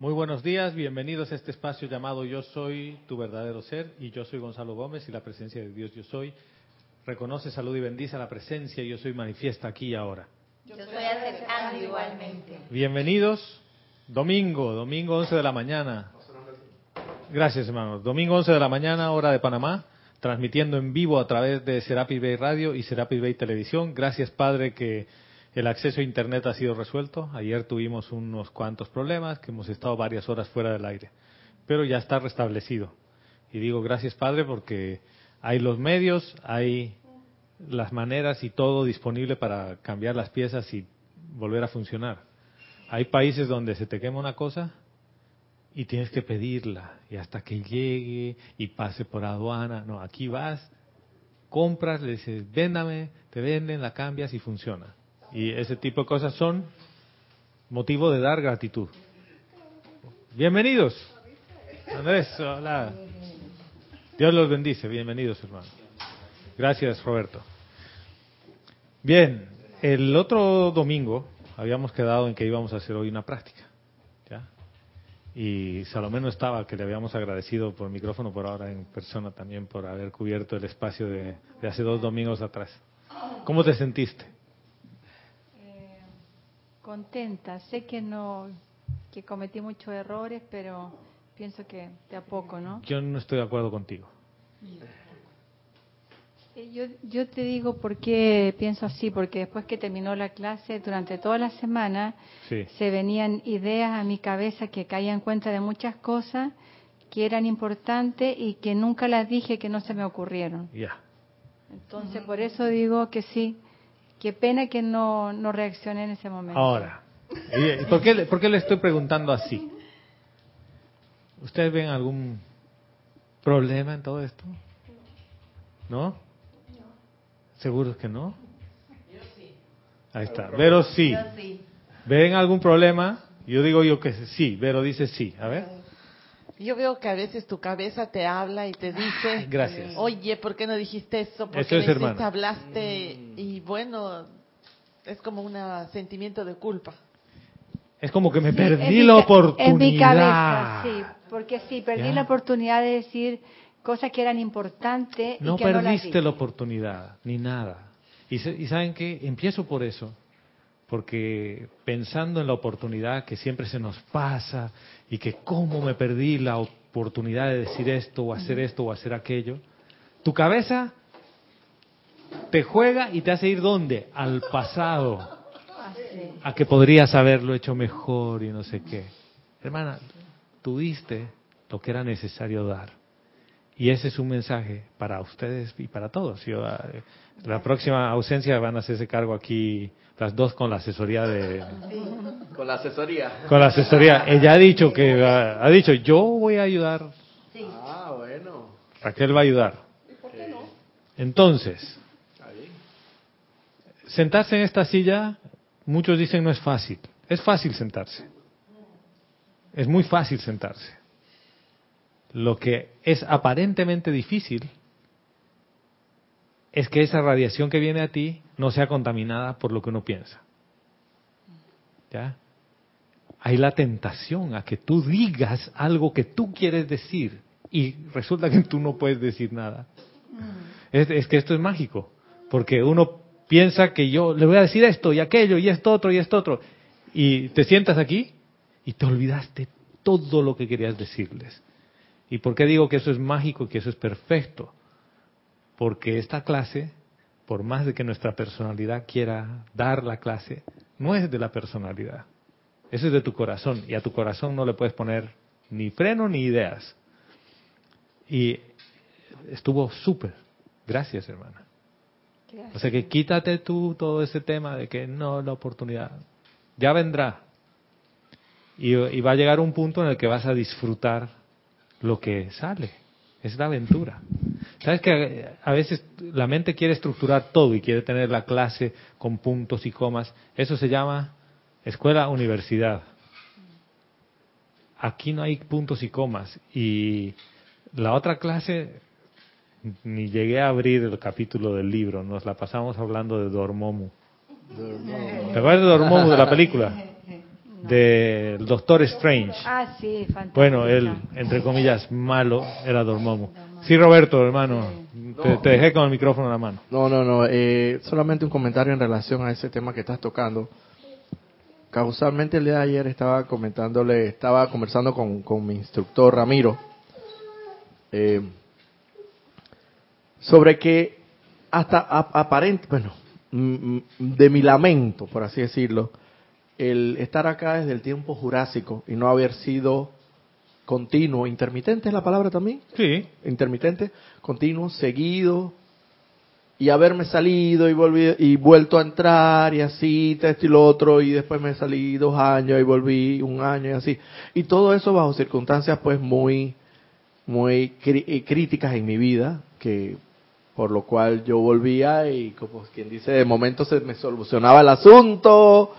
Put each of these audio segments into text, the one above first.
Muy buenos días, bienvenidos a este espacio llamado Yo Soy Tu Verdadero Ser, y yo soy Gonzalo Gómez y la presencia de Dios Yo Soy reconoce, saluda y bendice a la presencia Yo Soy manifiesta aquí y ahora. Yo estoy aceptando igualmente. Bienvenidos, domingo 11 de la mañana. Gracias, hermanos. Domingo 11 de la mañana, hora de Panamá, transmitiendo en vivo a través de Serapis Bay Radio y Serapis Bay Televisión. Gracias, Padre, que el acceso a Internet ha sido resuelto. Ayer tuvimos unos cuantos problemas, que hemos estado varias horas fuera del aire, pero ya está restablecido. Y digo gracias, Padre, porque hay los medios, hay las maneras y todo disponible para cambiar las piezas y volver a funcionar. Hay países donde se te quema una cosa y tienes que pedirla, y hasta que llegue y pase por aduana. No, aquí vas, compras, le dices, véndame, te venden, la cambias y funciona. Y ese tipo de cosas son motivo de dar gratitud. Bienvenidos. Andrés, hola. Dios los bendice. Bienvenidos, hermano. Gracias, Roberto. Bien, el otro domingo habíamos quedado en que íbamos a hacer hoy una práctica, ¿ya? Y Salomé no estaba, que le habíamos agradecido por micrófono, por ahora en persona también, por haber cubierto el espacio de hace 2 domingos atrás. ¿Cómo te sentiste? Contenta. Sé que cometí muchos errores, pero pienso que de a poco, ¿no? Yo no estoy de acuerdo contigo. Yo te digo por qué pienso así, porque después que terminó la clase, durante toda la semana, Sí. se venían ideas a mi cabeza que caía en cuenta de muchas cosas que eran importantes y que nunca las dije, que no se me ocurrieron. Ya. Entonces, por eso digo que sí. Qué pena que no reaccioné en ese momento. Ahora, ¿y por qué le estoy preguntando así? ¿Ustedes ven algún problema en todo esto? ¿No? ¿Seguros que no? Yo sí. Ahí está. Vero sí. Yo sí. ¿Ven algún problema? Yo digo yo que sí. Vero dice sí. A ver. Yo veo que a veces tu cabeza te habla y te dice, Gracias. oye, ¿por qué no dijiste eso? ¿Por Eso qué es, no hermano. hablaste? Y bueno, es como un sentimiento de culpa. Es como que me Sí, perdí la oportunidad. En mi cabeza, sí. Porque sí, perdí ¿Ya? la oportunidad de decir cosas que eran importantes No y que no las perdiste dije. la oportunidad, ni nada. Y ¿saben qué? Empiezo por eso. Porque pensando en la oportunidad que siempre se nos pasa y que cómo me perdí la oportunidad de decir esto o hacer esto o hacer aquello, tu cabeza te juega y te hace ir ¿dónde? Al pasado, Así. a que podrías haberlo hecho mejor y no sé qué. Hermana, tú diste lo que era necesario dar. Y ese es un mensaje para ustedes y para todos. La próxima ausencia van a hacerse cargo aquí las dos con la asesoría de... Con la asesoría. Con la asesoría. Ella ha dicho yo voy a ayudar. Sí. Ah, bueno. Raquel va a ayudar. ¿Y por qué no? Entonces, Ahí. sentarse en esta silla, muchos dicen no es fácil. Es fácil sentarse. Es muy fácil sentarse. Lo que es aparentemente difícil es que esa radiación que viene a ti no sea contaminada por lo que uno piensa. ¿Ya? Hay la tentación a que tú digas algo que tú quieres decir y resulta que tú no puedes decir nada. Es que esto es mágico, porque uno piensa que yo le voy a decir esto y aquello y esto otro y esto otro, y te sientas aquí y te olvidaste todo lo que querías decirles. ¿Y por qué digo que eso es mágico y que eso es perfecto? Porque esta clase, por más de que nuestra personalidad quiera dar la clase, no es de la personalidad. Eso es de tu corazón. Y a tu corazón no le puedes poner ni freno ni ideas. Y estuvo súper. Gracias, hermana. Gracias. O sea que quítate tú todo ese tema de que no, la oportunidad. Ya vendrá. Y va a llegar un punto en el que vas a disfrutar lo que sale. Es la aventura. ¿Sabes que a veces la mente quiere estructurar todo y quiere tener la clase con puntos y comas? Eso se llama escuela, universidad. Aquí no hay puntos y comas. Y la otra clase, ni llegué a abrir el capítulo del libro, nos la pasamos hablando de Dormammu. ¿Te acuerdas de Dormammu de la película? del Doctor Strange. Ah, sí, fantástico. Bueno, él, entre comillas, malo, era Dormammu. Sí, Roberto, hermano, te dejé con el micrófono en la mano. No, solamente un comentario en relación a ese tema que estás tocando. Causalmente el día de ayer estaba conversando con mi instructor Ramiro, sobre que hasta aparente, bueno, de mi lamento, por así decirlo, el estar acá desde el tiempo jurásico y no haber sido continuo, intermitente es la palabra también, Sí. intermitente, continuo, seguido, y haberme salido y vuelto a entrar y así, esto y lo otro, y después me salí 2 años y volví 1 año y así. Y todo eso bajo circunstancias pues muy críticas en mi vida, que por lo cual yo volvía y como quien dice, de momento se me solucionaba el asunto,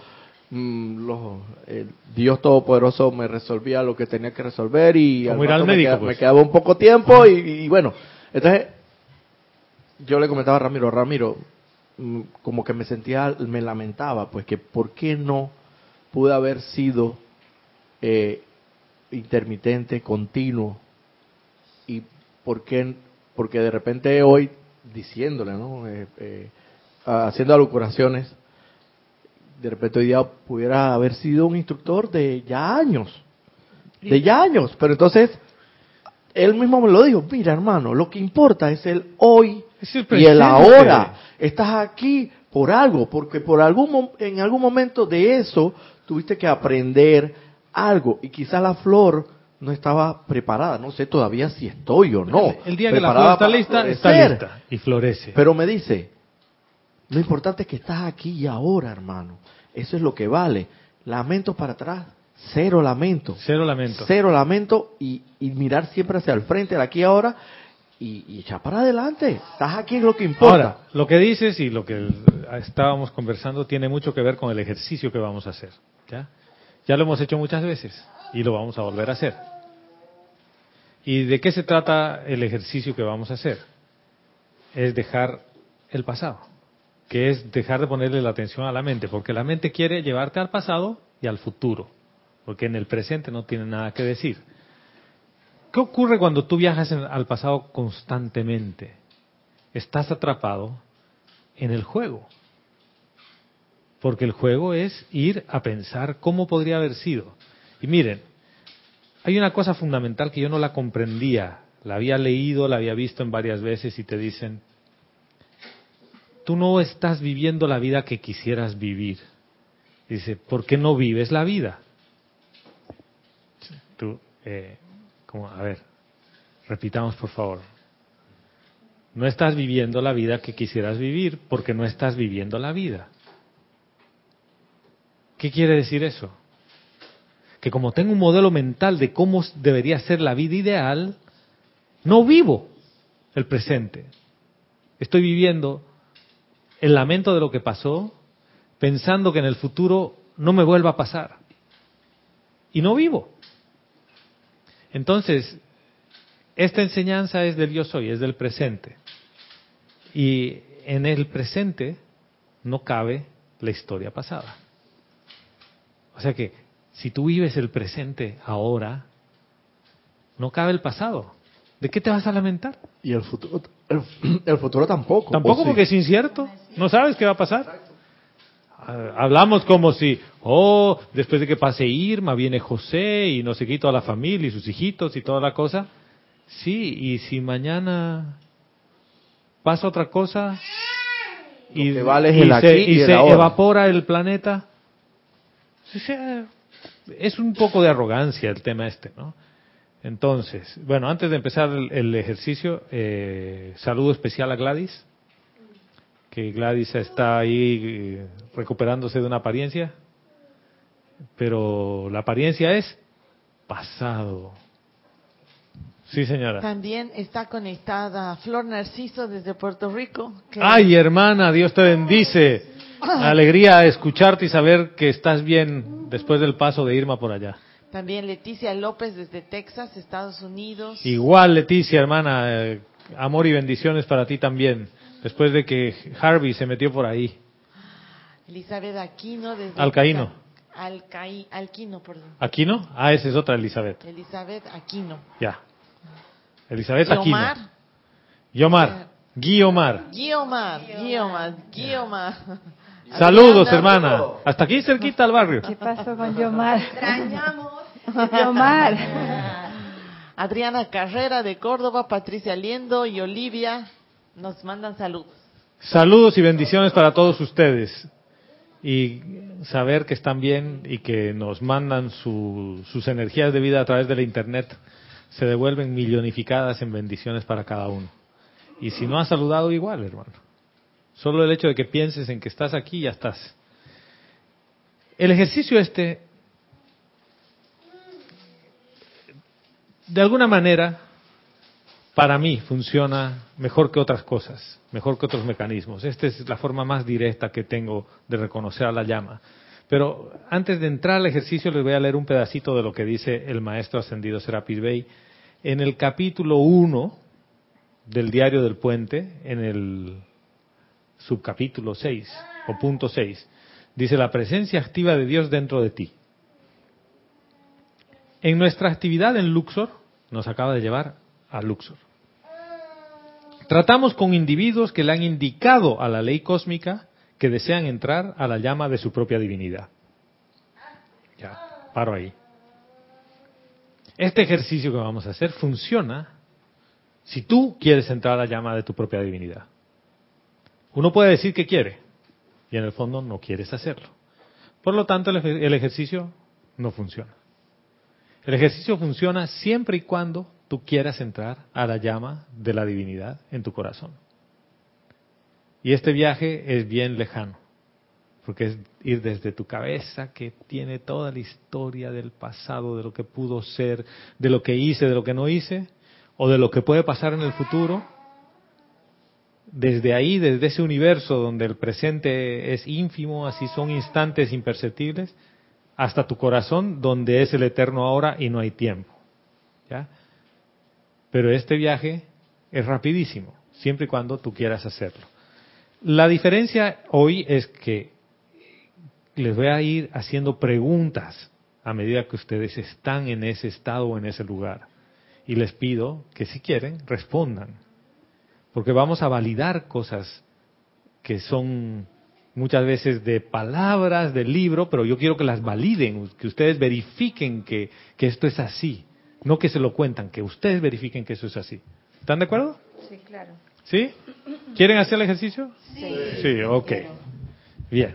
Dios Todopoderoso me resolvía lo que tenía que resolver y Como ir al médico, pues. me quedaba un poco tiempo y bueno, entonces yo le comentaba a Ramiro, como que me lamentaba, pues que por qué no pude haber sido intermitente, continuo, y porque de repente hoy, diciéndole, ¿no? Haciendo alucuraciones, de repente hoy día pudiera haber sido un instructor de ya años, pero entonces él mismo me lo dijo, mira hermano, lo que importa es el hoy Es el y presente. el ahora. Estás aquí por algo, porque en algún momento de eso tuviste que aprender algo y quizás la flor no estaba preparada, no sé todavía si estoy o no. El día que la flor está lista, está lista y florece. Pero me dice, lo importante es que estás aquí y ahora, hermano. Eso es lo que vale. Lamento para atrás, cero lamento. Cero lamento. Cero lamento y mirar siempre hacia el frente, de aquí y ahora, y echar para adelante. Estás aquí, es lo que importa. Ahora, lo que dices y lo que estábamos conversando tiene mucho que ver con el ejercicio que vamos a hacer. Ya lo hemos hecho muchas veces y lo vamos a volver a hacer. ¿Y de qué se trata el ejercicio que vamos a hacer? Es dejar el pasado, que es dejar de ponerle la atención a la mente, porque la mente quiere llevarte al pasado y al futuro, porque en el presente no tiene nada que decir. ¿Qué ocurre cuando tú viajas al pasado constantemente? Estás atrapado en el juego, porque el juego es ir a pensar cómo podría haber sido. Y miren, hay una cosa fundamental que yo no la comprendía, la había leído, la había visto en varias veces y te dicen, tú no estás viviendo la vida que quisieras vivir. Dice, ¿por qué no vives la vida? Tú, a ver, repitamos por favor. No estás viviendo la vida que quisieras vivir porque no estás viviendo la vida. ¿Qué quiere decir eso? Que como tengo un modelo mental de cómo debería ser la vida ideal, no vivo el presente. Estoy viviendo el lamento de lo que pasó, pensando que en el futuro no me vuelva a pasar. Y no vivo. Entonces, esta enseñanza es del yo soy, es del presente. Y en el presente no cabe la historia pasada. O sea que, si tú vives el presente ahora, no cabe el pasado. ¿De qué te vas a lamentar? Y el futuro, el futuro tampoco. Tampoco, porque es incierto. No sabes qué va a pasar. Hablamos como si, después de que pase Irma, viene José y no sé qué, toda la familia y sus hijitos y toda la cosa. Sí, y si mañana pasa otra cosa y se evapora el planeta, es un poco de arrogancia el tema este, ¿no? Entonces, bueno, antes de empezar el ejercicio, saludo especial a Gladys, que Gladys está ahí recuperándose de una apariencia, pero la apariencia es pasado. Sí, señora. También está conectada Flor Narciso desde Puerto Rico. Ay, hermana, Dios te bendice. Alegría escucharte y saber que estás bien después del paso de Irma por allá. También Leticia López desde Texas, Estados Unidos. Igual, Leticia, hermana, amor y bendiciones para ti también, después de que Harvey se metió por ahí. Elizabeth Aquino desde Alcaíno. Alquino, perdón. ¿Aquino? Ah, esa es otra Elizabeth. Elizabeth Aquino. Ya. Elizabeth Y Aquino. Omar. Yomar. Guiomar. Guiomar. Saludos, hermana. Hasta aquí cerquita al barrio. ¿Qué pasó con Yomar? Extrañamos. Yomar. Adriana Carrera de Córdoba, Patricia Liendo y Olivia nos mandan saludos. Saludos y bendiciones para todos ustedes. Y saber que están bien y que nos mandan sus energías de vida a través de la internet se devuelven millonificadas en bendiciones para cada uno. Y si no has saludado, igual, hermano. Solo el hecho de que pienses en que estás aquí, ya estás. El ejercicio de alguna manera, para mí funciona mejor que otras cosas, mejor que otros mecanismos. Esta es la forma más directa que tengo de reconocer a la llama. Pero antes de entrar al ejercicio les voy a leer un pedacito de lo que dice el maestro ascendido Serapis Bey en el capítulo 1 del Diario del Puente, en el subcapítulo 6 o punto 6. Dice: la presencia activa de Dios dentro de ti. En nuestra actividad en Luxor, nos acaba de llevar a Luxor. Tratamos con individuos que le han indicado a la ley cósmica que desean entrar a la llama de su propia divinidad. Ya, paro ahí. Este ejercicio que vamos a hacer funciona si tú quieres entrar a la llama de tu propia divinidad. Uno puede decir que quiere y en el fondo no quieres hacerlo. Por lo tanto, el ejercicio no funciona. El ejercicio funciona siempre y cuando tú quieras entrar a la llama de la divinidad en tu corazón. Y este viaje es bien lejano, porque es ir desde tu cabeza, que tiene toda la historia del pasado, de lo que pudo ser, de lo que hice, de lo que no hice, o de lo que puede pasar en el futuro. Desde ahí, desde ese universo donde el presente es ínfimo, así son instantes imperceptibles, hasta tu corazón, donde es el eterno ahora y no hay tiempo. ¿Ya? Pero este viaje es rapidísimo, siempre y cuando tú quieras hacerlo. La diferencia hoy es que les voy a ir haciendo preguntas a medida que ustedes están en ese estado o en ese lugar. Y les pido que si quieren, respondan. Porque vamos a validar cosas que son muchas veces de palabras del libro, pero yo quiero que las validen, que ustedes verifiquen que esto es así. No que se lo cuentan, que ustedes verifiquen que eso es así. ¿Están de acuerdo? Sí, claro. ¿Sí? ¿Quieren hacer el ejercicio? Sí. Sí, ok. Bien.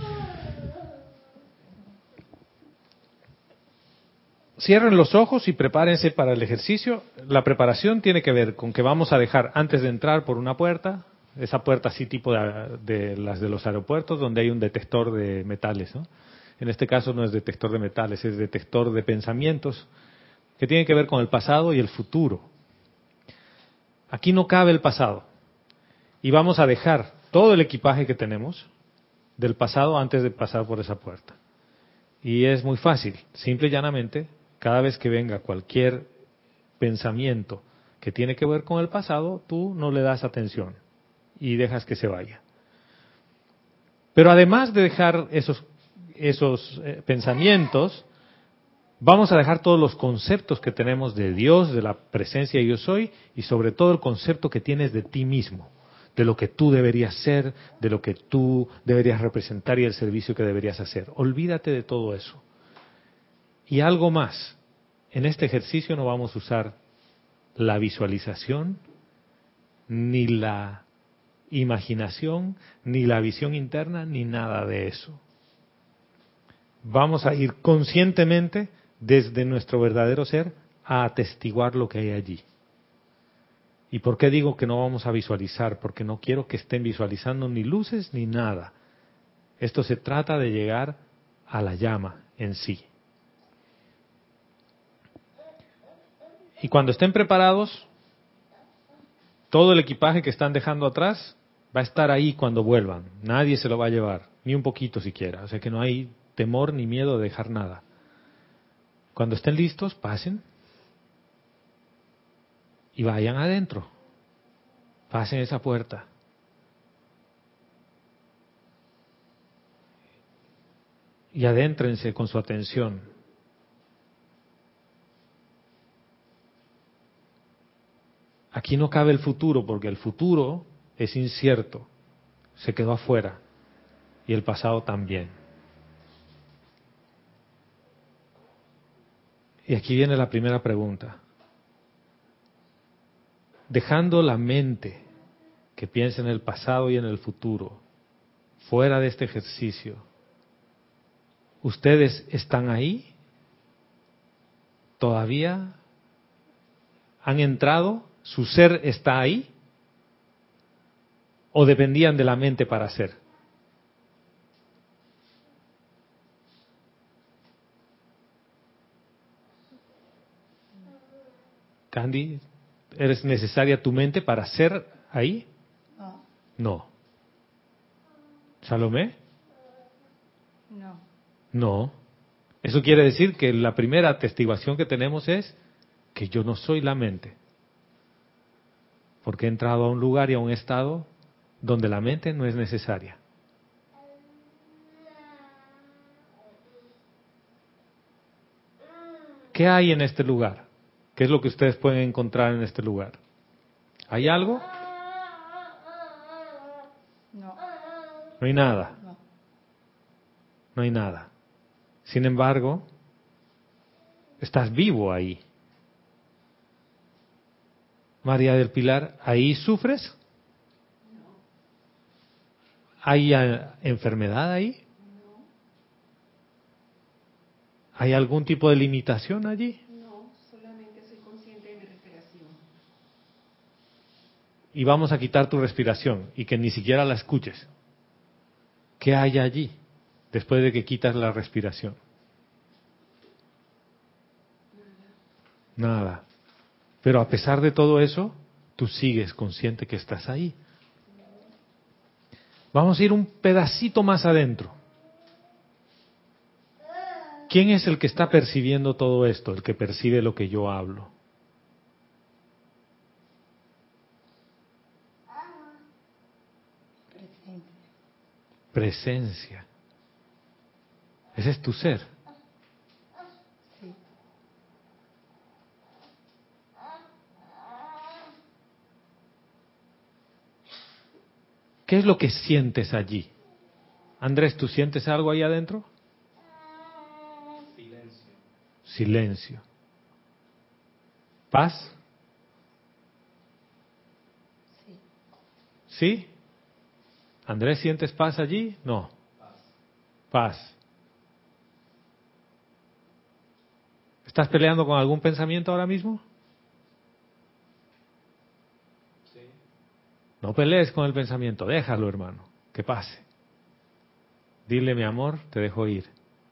Cierren los ojos y prepárense para el ejercicio. La preparación tiene que ver con que vamos a dejar antes de entrar por una puerta, esa puerta así tipo de las de los aeropuertos, donde hay un detector de metales, ¿no? En este caso no es detector de metales, es detector de pensamientos, que tiene que ver con el pasado y el futuro. Aquí no cabe el pasado. Y vamos a dejar todo el equipaje que tenemos del pasado antes de pasar por esa puerta. Y es muy fácil, simple y llanamente, cada vez que venga cualquier pensamiento que tiene que ver con el pasado, tú no le das atención y dejas que se vaya. Pero además de dejar esos pensamientos, vamos a dejar todos los conceptos que tenemos de Dios, de la presencia de yo soy, y sobre todo el concepto que tienes de ti mismo, de lo que tú deberías ser, de lo que tú deberías representar y el servicio que deberías hacer. Olvídate de todo eso. Y algo más, en este ejercicio no vamos a usar la visualización, ni la imaginación, ni la visión interna, ni nada de eso. Vamos a ir conscientemente desde nuestro verdadero ser a atestiguar lo que hay allí. ¿Y por qué digo que no vamos a visualizar? Porque no quiero que estén visualizando ni luces ni nada. Esto se trata de llegar a la llama en sí. Y cuando estén preparados, todo el equipaje que están dejando atrás va a estar ahí cuando vuelvan. Nadie se lo va a llevar, ni un poquito siquiera. O sea que no hay temor ni miedo de dejar nada. Cuando estén listos, pasen y vayan adentro. Pasen esa puerta. y adéntrense con su atención. Aquí no cabe el futuro, porque el futuro es incierto, se quedó afuera, y el pasado también. Y aquí viene la primera pregunta. Dejando la mente que piense en el pasado y en el futuro, fuera de este ejercicio, ¿ustedes están ahí? ¿Todavía han entrado? ¿Su ser está ahí? ¿O dependían de la mente para ser? Candy, ¿eres necesaria tu mente para ser ahí? No. No. ¿Salomé? No. No. Eso quiere decir que la primera atestiguación que tenemos es que yo no soy la mente. Porque he entrado a un lugar y a un estado donde la mente no es necesaria. ¿Qué hay en este lugar? ¿Qué es lo que ustedes pueden encontrar en este lugar? ¿Hay algo? No. No hay nada. No. No hay nada. Sin embargo, estás vivo ahí. María del Pilar, ¿ahí sufres? ¿Hay enfermedad ahí? ¿Hay algún tipo de limitación allí? No, solamente soy consciente de mi respiración. Y vamos a quitar tu respiración y que ni siquiera la escuches. ¿Qué hay allí después de que quitas la respiración? Nada. Pero a pesar de todo eso, tú sigues consciente que estás ahí. Vamos a ir un pedacito más adentro. ¿Quién es el que está percibiendo todo esto? El que percibe lo que yo hablo. Presente. Presencia. Ese es tu ser. Sí. ¿Qué es lo que sientes allí? Andrés, ¿tú sientes algo ahí adentro? Silencio. Silencio. ¿Paz? Sí. ¿Sí? ¿Andrés, sientes paz allí? No. Paz. ¿Estás peleando con algún pensamiento ahora mismo? Sí. No pelees con el pensamiento, déjalo, hermano, que pase. Dile, mi amor, te dejo ir.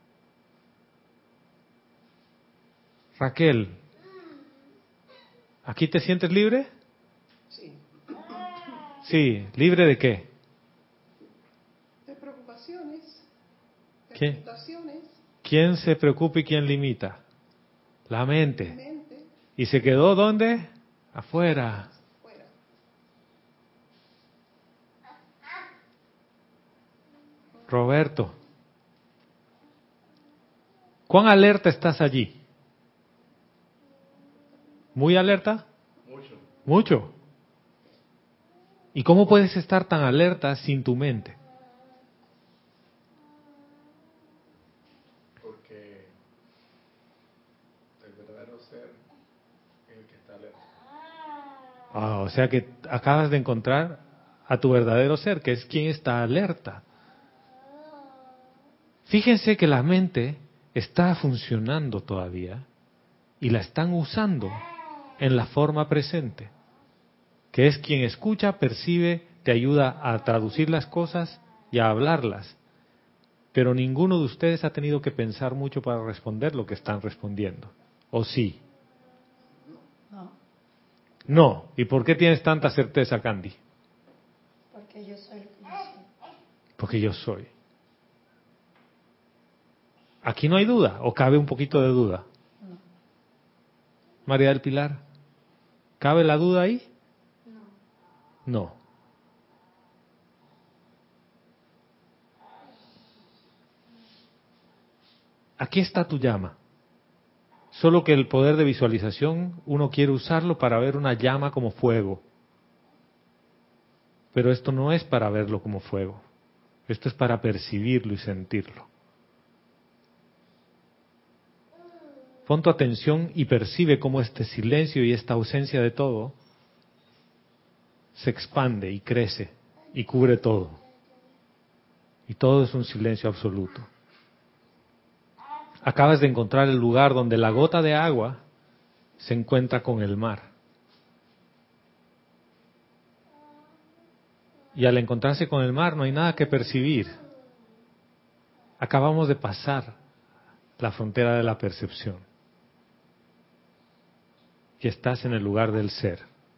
Raquel, ¿aquí te sientes libre? Sí. Sí, ¿libre de qué? De preocupaciones, de ¿Qué? limitaciones, ¿Quién se preocupa y quién limita? La mente. mente, ¿Y se quedó dónde? Afuera. fuera. Roberto, ¿cuán alerta estás allí? ¿Muy alerta? Mucho. Mucho. ¿Y cómo puedes estar tan alerta sin tu mente? Porque el verdadero ser es el que está alerta. Ah, o sea que acabas de encontrar a tu verdadero ser, que es quien está alerta. Fíjense que la mente está funcionando todavía y la están usando en la forma presente, que es quien escucha, percibe, te ayuda a traducir las cosas y a hablarlas. Pero ninguno de ustedes ha tenido que pensar mucho para responder lo que están respondiendo. ¿O sí? No. No. ¿Y por qué tienes tanta certeza, Candy? Porque yo soy lo que yo soy. Porque yo soy. ¿Aquí no hay duda? ¿O cabe un poquito de duda? No. María del Pilar, ¿cabe la duda ahí? No. aquí está tu llama. Solo que el poder de visualización uno quiere usarlo para ver una llama como fuego. Pero esto no es para verlo como fuego. Esto es para percibirlo y sentirlo. Pon tu atención y percibe cómo este silencio y esta ausencia de todo se expande y crece y cubre todo. Y todo es un silencio absoluto. Acabas de encontrar el lugar donde la gota de agua se encuentra con el mar. Y al encontrarse con el mar no hay nada que percibir. Acabamos de pasar la frontera de la percepción. Y estás en el lugar del ser.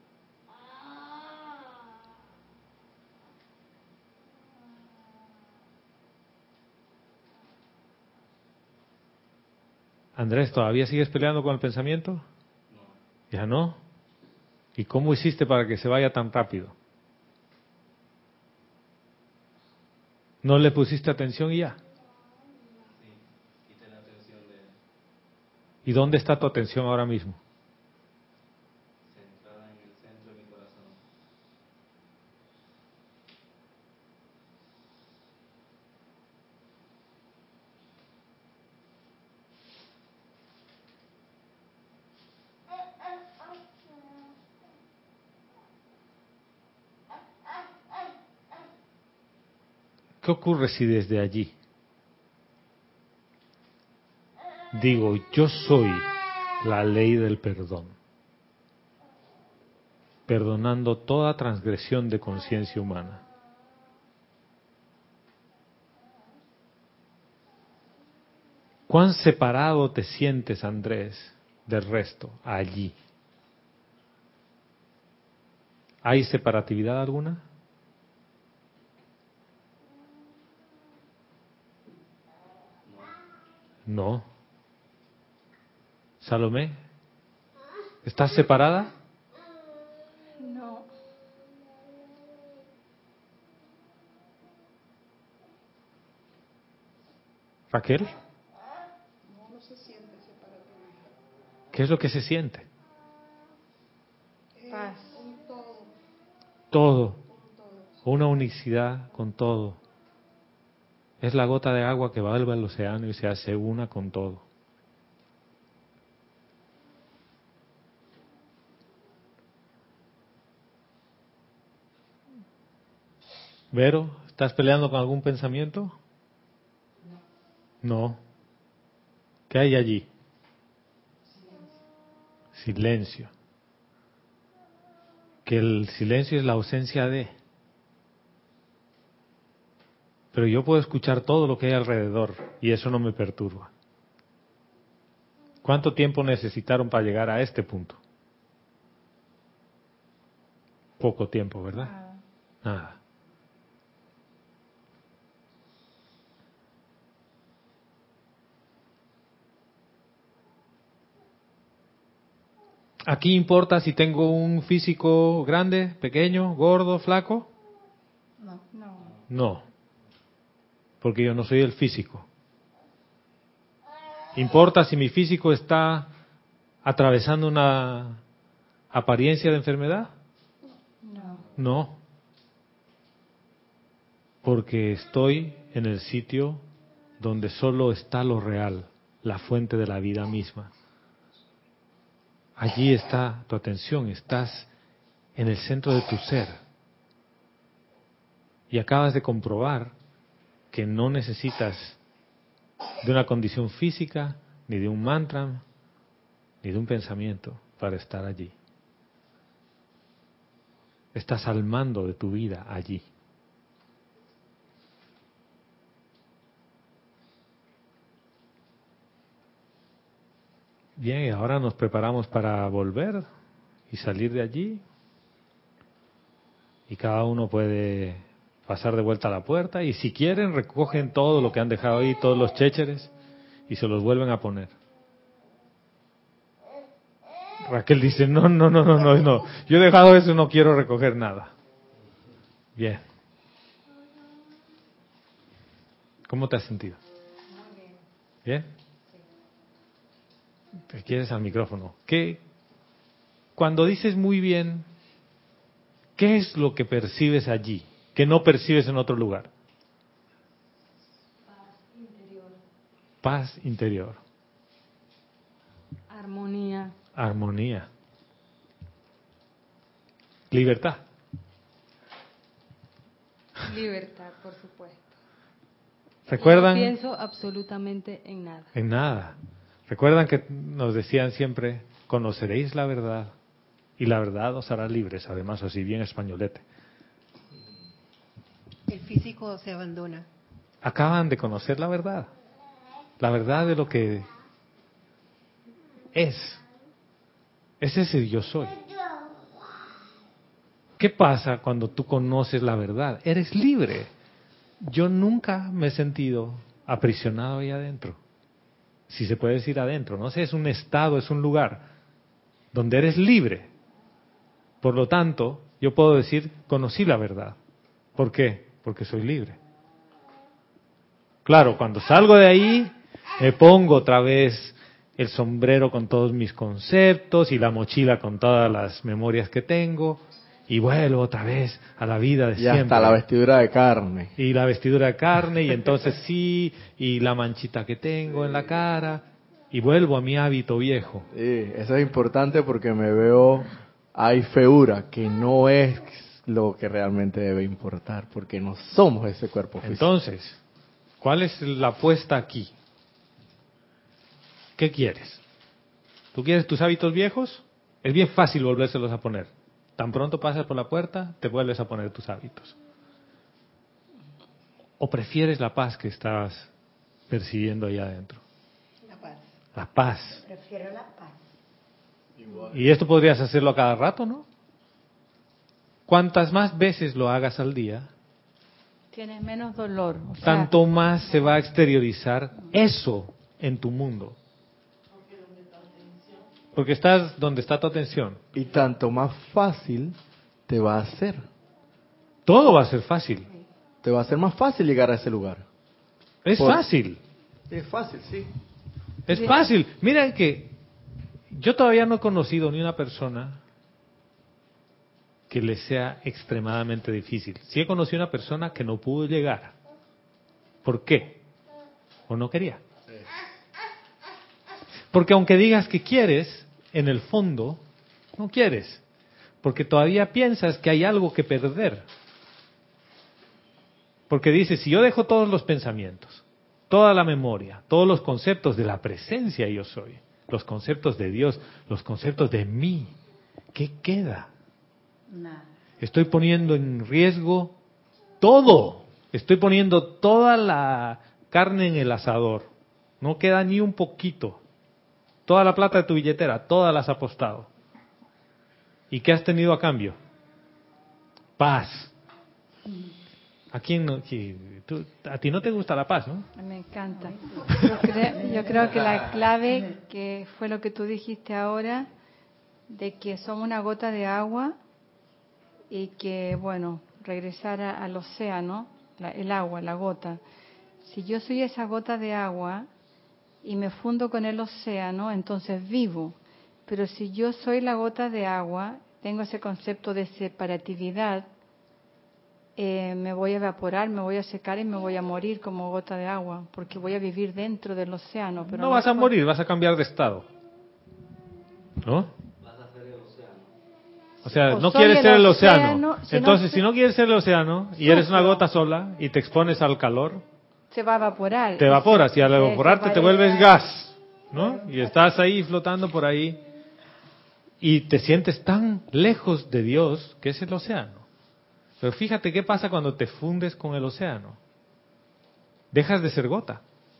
Andrés, ¿todavía sigues peleando con el pensamiento? No. ¿Ya no? ¿Y cómo hiciste para que se vaya tan rápido? ¿No le pusiste atención y ya? Sí, quité la atención de él. ¿Y dónde está tu atención ahora mismo? Centrada en el centro de mi corazón. ¿Qué ocurre si desde allí digo, yo soy la ley del perdón, perdonando toda transgresión de conciencia humana? ¿Cuán separado te sientes, Andrés, del resto allí? ¿Hay separatividad alguna? No. Salomé, ¿estás separada? No. Raquel, No, no se siente separatividad. ¿qué es lo que se siente? Paz. Un todo, Todo, un todo. una unicidad con todo. Es la gota de agua que va al océano y se hace una con todo. Vero, ¿estás peleando con algún pensamiento? No. ¿Qué hay allí? Silencio. Que el silencio es la ausencia de. Pero yo puedo escuchar todo lo que hay alrededor y eso no me perturba. ¿Cuánto tiempo necesitaron para llegar a este punto? Poco tiempo, ¿verdad? Nada. ¿Aquí importa si tengo un físico grande, pequeño, gordo, flaco? No. No. No, porque yo no soy el físico. ¿Importa si mi físico está atravesando una apariencia de enfermedad? No. No, porque estoy en el sitio donde solo está lo real, la fuente de la vida misma. Allí está tu atención, estás en el centro de tu ser. Y acabas de comprobar que no necesitas de una condición física, ni de un mantra, ni de un pensamiento para estar allí. Estás al mando de tu vida allí. Bien, y ahora nos preparamos para volver y salir de allí. Y cada uno puede pasar de vuelta a la puerta y si quieren recogen todo lo que han dejado ahí, todos los chécheres, y se los vuelven a poner. Raquel dice, no, yo he dejado eso y no quiero recoger nada. Bien. ¿Cómo te has sentido? ¿Bien? te quieres al micrófono, que cuando dices muy bien, ¿qué es lo que percibes allí que no percibes en otro lugar? Paz interior. Armonía. Armonía. Libertad. Libertad, por supuesto. ¿Recuerdan? No pienso absolutamente en nada. En nada. ¿Recuerdan que nos decían siempre, conoceréis la verdad y la verdad os hará libres? Además, así bien españolete. El físico se abandona. Acaban de conocer la verdad. La verdad de lo que es. Es ese yo soy. ¿Qué pasa cuando tú conoces la verdad? Eres libre. Yo nunca me he sentido aprisionado ahí adentro. Si se puede decir adentro, no sé, es un estado, es un lugar donde eres libre. Por lo tanto, yo puedo decir, conocí la verdad. ¿Por qué? Porque soy libre. Claro, cuando salgo de ahí, me pongo otra vez el sombrero con todos mis conceptos y la mochila con todas las memorias que tengo y vuelvo otra vez a la vida de Y siempre. hasta la vestidura de carne. Y la vestidura de carne y entonces sí, y la manchita que tengo en la cara y vuelvo a mi hábito viejo. Sí, eso es importante porque me veo, hay feura, que no es lo que realmente debe importar, porque no somos ese cuerpo físico. Entonces, ¿cuál es la apuesta aquí? ¿Qué quieres? ¿Tú quieres tus hábitos viejos? Es bien fácil volvérselos a poner. Tan pronto pasas por la puerta, te vuelves a poner tus hábitos. ¿O prefieres la paz que estás percibiendo ahí adentro? La paz. La paz. Prefiero la paz. Y esto podrías hacerlo a cada rato, ¿no? Cuantas más veces lo hagas al día, Tienes menos dolor. O sea, tanto más se va a exteriorizar eso en tu mundo. Porque estás donde está tu atención. Y tanto más fácil te va a hacer. Todo va a ser fácil. Te va a ser más fácil llegar a ese lugar. Es fácil. Es fácil, sí. Es fácil. Miren que yo todavía no he conocido ni una persona que le sea extremadamente difícil. Sí he conocido una persona que no pudo llegar. ¿Por qué? O no quería. Porque aunque digas que quieres, en el fondo no quieres. Porque todavía piensas que hay algo que perder. Porque dices, si yo dejo todos los pensamientos, toda la memoria, todos los conceptos de la presencia yo soy, los conceptos de Dios, los conceptos de mí, ¿qué queda? Nada. Estoy poniendo en riesgo todo. Estoy poniendo toda la carne en el asador. No queda ni un poquito. Toda la plata de tu billetera, toda la has apostado. ¿Y qué has tenido a cambio? Paz. ¿A quién no? A ti no te gusta la paz, ¿no? me encanta. Yo creo que la clave, que fue lo que tú dijiste ahora, de que somos una gota de agua y que, bueno, regresar al océano, el agua, la gota. Si yo soy esa gota de agua y me fundo con el océano, entonces vivo. Pero si yo soy la gota de agua, tengo ese concepto de separatividad, me voy a evaporar, me voy a secar y me voy a morir como gota de agua, porque voy a vivir dentro del océano. Pero no vas a morir, vas a cambiar de estado. ¿No? Vas a ser el océano. O sea, O no soy quieres el ser el océano, océano. si Entonces, no- si no quieres ser el océano y eres una Sufro. gota sola y te expones al calor, se va a evaporar. te evaporas y al se evaporarte te vuelves separa. gas, ¿no? Y estás ahí flotando por ahí y te sientes tan lejos de Dios que es el océano. Pero fíjate qué pasa cuando te fundes con el océano. Dejas de ser gota,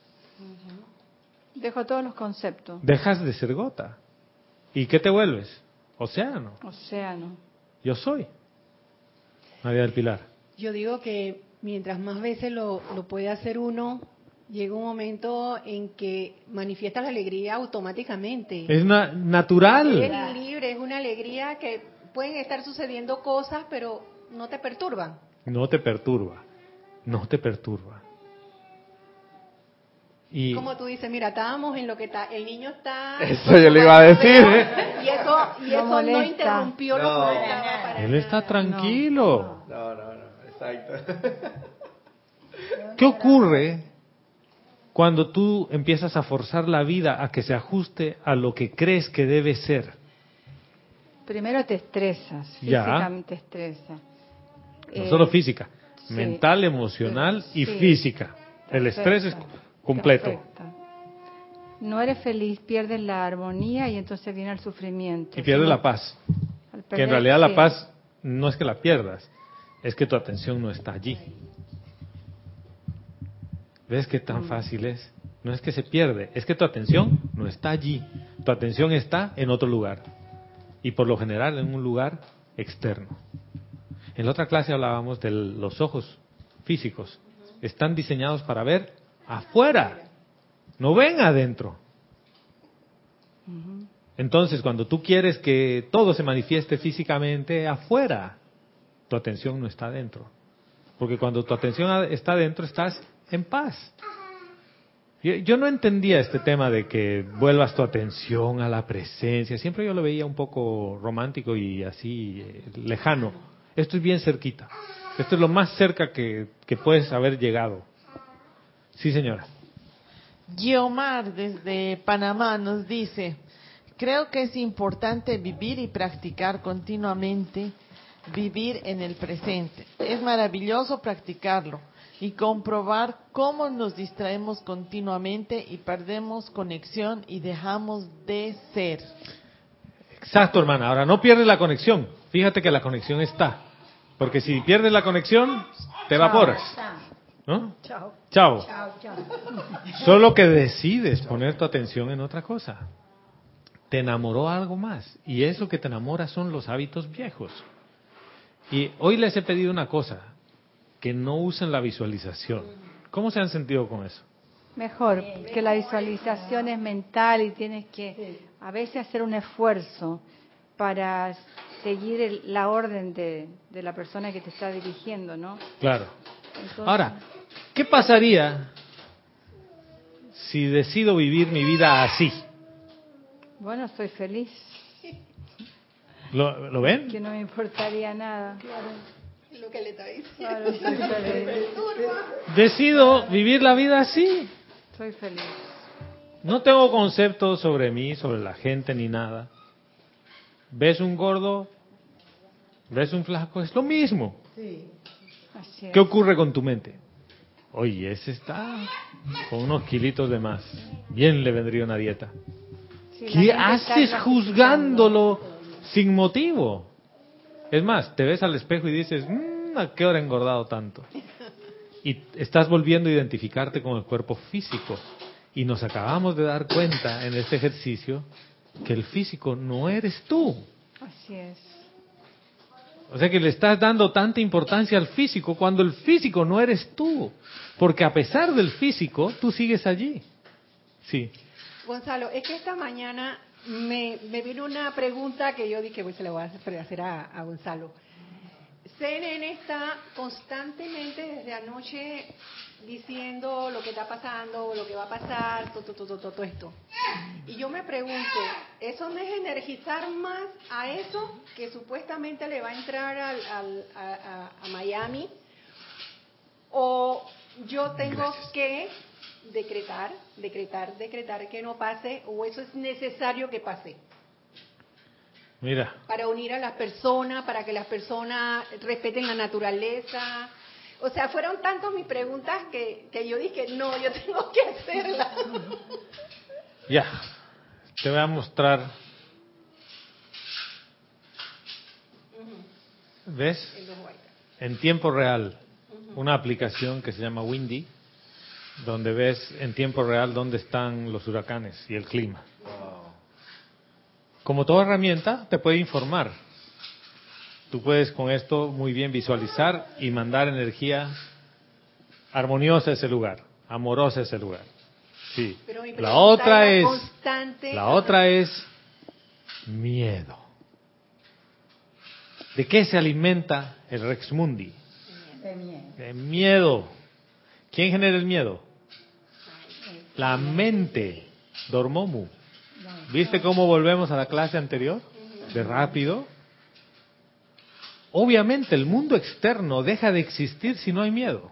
Dejo todos los conceptos. dejas de ser gota. ¿Y qué te vuelves? Océano. Océano. Yo soy. María del Pilar. Yo digo que mientras más veces lo puede hacer uno, llega un momento en que manifiesta la alegría automáticamente. Es natural. Es libre, es una alegría que pueden estar sucediendo cosas, pero no te perturban. No te perturba. No te perturba. Y como tú dices, mira, estábamos en lo que está, el niño está... Eso yo le iba a decir. Y eso no molesta. interrumpió lo que estaba para él está nada. tranquilo. No, exacto. ¿Qué ocurre cuando tú empiezas a forzar la vida a que se ajuste a lo que crees que debe ser? Primero te estresas, Ya. físicamente te estresas. No solo física, sí. mental, emocional y Sí. física. El estrés es Perfecto. completo. Perfecto. No eres feliz, pierdes la armonía y entonces viene el sufrimiento. Y pierdes Si no- la paz. al Que en perder- realidad la sí. paz no es que la pierdas, es que tu atención no está allí. ¿Ves qué tan fácil es? No es que se pierde, es que tu atención no está allí. Tu atención está en otro lugar. Y por lo general en un lugar externo. En la otra clase hablábamos de los ojos físicos. Están diseñados para ver afuera, no ven adentro. Entonces, cuando tú quieres que todo se manifieste físicamente afuera, tu atención no está adentro. Porque cuando tu atención está adentro, estás en paz. Yo no entendía este tema de que vuelvas tu atención a la presencia. Siempre yo lo veía un poco romántico y así lejano. Esto es bien cerquita. Esto es lo más cerca que puedes haber llegado. Sí, señora. Guiomar desde Panamá nos dice, creo que es importante vivir y practicar continuamente, vivir en el presente. Es maravilloso practicarlo y comprobar cómo nos distraemos continuamente y perdemos conexión y dejamos de ser. Exacto, hermana. Ahora, no pierdes la conexión. Fíjate que la conexión está. Porque si pierdes la conexión, te evaporas. ¿No? Chao. Chao. Chao, chao. Solo que decides poner tu atención en otra cosa. Te enamoró algo más. Y eso que te enamora son los hábitos viejos. Y hoy les he pedido una cosa. Que no usen la visualización. ¿Cómo se han sentido con eso? Mejor, que la visualización es mental y tienes que a veces hacer un esfuerzo para seguir la orden de la persona que te está dirigiendo, ¿no? Claro. Entonces, Ahora, ¿qué pasaría si decido vivir mi vida así? bueno, estoy feliz, ¿Lo ven? que no me importaría nada. Lo que le está diciendo. Claro, estoy feliz. Decido vivir la vida así. Soy feliz. No tengo conceptos sobre mí, sobre la gente ni nada. ¿Ves un gordo? ¿Ves un flaco? Es lo mismo. Así es. ¿Qué ocurre con tu mente? Oye, ese está con unos kilitos de más. Bien le vendría una dieta. Sí, la ¿Qué mente está haces clasificando. juzgándolo sin motivo? Es más, te ves al espejo y dices, ¿a qué hora he engordado tanto? Y estás volviendo a identificarte con el cuerpo físico. Y nos acabamos de dar cuenta en este ejercicio que el físico no eres tú. Así es. O sea que le estás dando tanta importancia al físico cuando el físico no eres tú. Porque a pesar del físico, tú sigues allí. Sí. Gonzalo, es que esta mañana me vino una pregunta que yo dije, pues se la voy a hacer a Gonzalo. CNN está constantemente desde anoche diciendo lo que está pasando, lo que va a pasar, todo esto. Y yo me pregunto, ¿eso no es energizar más a eso que supuestamente le va a entrar a Miami? ¿O yo tengo que decretar que no pase, o eso es necesario que pase? Mira, Para unir a las personas, para que las personas respeten la naturaleza. O sea, fueron tantas mis preguntas que yo dije, no, yo tengo que hacerlas. ya. Te voy a mostrar. ¿Ves? En tiempo real. Una aplicación que se llama Windy, donde ves en tiempo real dónde están los huracanes y el clima. Como toda herramienta, te puede informar. Tú puedes con esto muy bien visualizar y mandar energía armoniosa a ese lugar, amorosa a ese lugar. Sí. Pero mi La pregunta otra era es, constante. la otra es miedo. ¿De qué se alimenta el Rex Mundi? De miedo. De miedo. ¿Quién genera el miedo? La mente, Dormomu. ¿Viste cómo volvemos a la clase anterior? De rápido. Obviamente el mundo externo deja de existir si no hay miedo.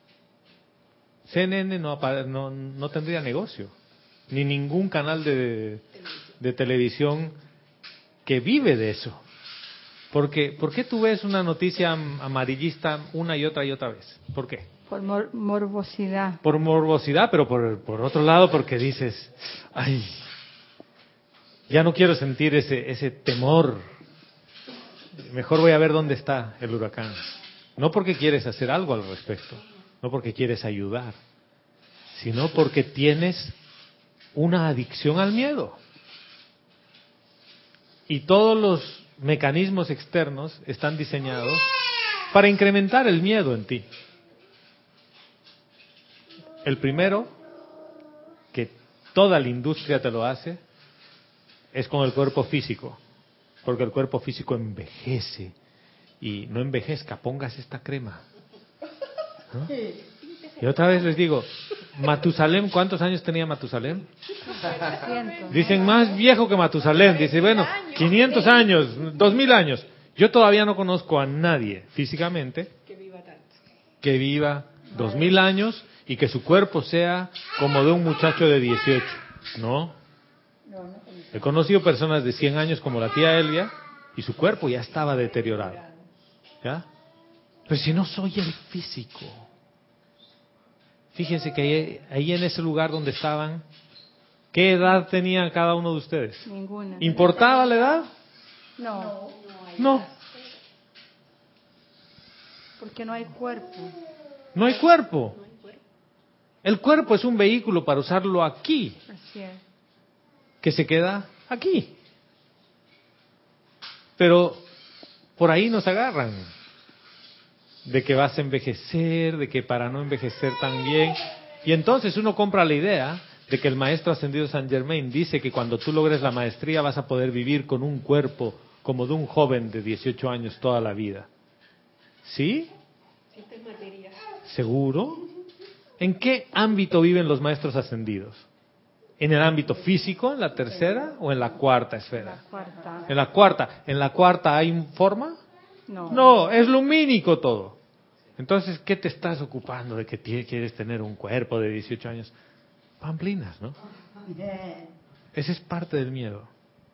CNN no tendría negocio, ni ningún canal de televisión que vive de eso. Porque, ¿por qué tú ves una noticia amarillista una y otra vez? ¿Por qué? Por morbosidad. Por morbosidad, pero por otro lado porque dices, ay, ya no quiero sentir ese temor. Mejor voy a ver dónde está el huracán. No porque quieres hacer algo al respecto, no porque quieres ayudar, sino porque tienes una adicción al miedo. Y todos los mecanismos externos están diseñados para incrementar el miedo en ti. El primero, que toda la industria te lo hace, es con el cuerpo físico. Porque el cuerpo físico envejece. Y no envejezca, póngase esta crema. ¿No? Y otra vez les digo, Matusalén, ¿cuántos años tenía Matusalén? 300. Dicen más viejo que Matusalén. Dice, bueno, 500 años, 2000 años. Yo todavía no conozco a nadie físicamente que viva 2000 años y que su cuerpo sea como de un muchacho de 18. ¿No? He conocido personas de 100 años como la tía Elvia y su cuerpo ya estaba deteriorado. ¿Ya? Pero si no soy el físico. Fíjense que ahí en ese lugar donde estaban, ¿qué edad tenía cada uno de ustedes? Ninguna. ¿Importaba la edad? No, No. porque no hay cuerpo. No hay cuerpo. El cuerpo es un vehículo para usarlo aquí, Así es. que se queda aquí. Pero por ahí nos agarran. De que vas a envejecer, de que para no envejecer tan bien. Y entonces uno compra la idea de que el maestro ascendido Saint Germain dice que cuando tú logres la maestría vas a poder vivir con un cuerpo como de un joven de 18 años toda la vida. ¿Sí? ¿Seguro? ¿En qué ámbito viven los maestros ascendidos? ¿En el ámbito físico, en la tercera o en la cuarta esfera? La cuarta. En la cuarta. ¿En la cuarta hay forma? No. No, es lumínico todo. Entonces, ¿qué te estás ocupando de que quieres tener un cuerpo de 18 años? Pamplinas, ¿no? Ese es parte del miedo.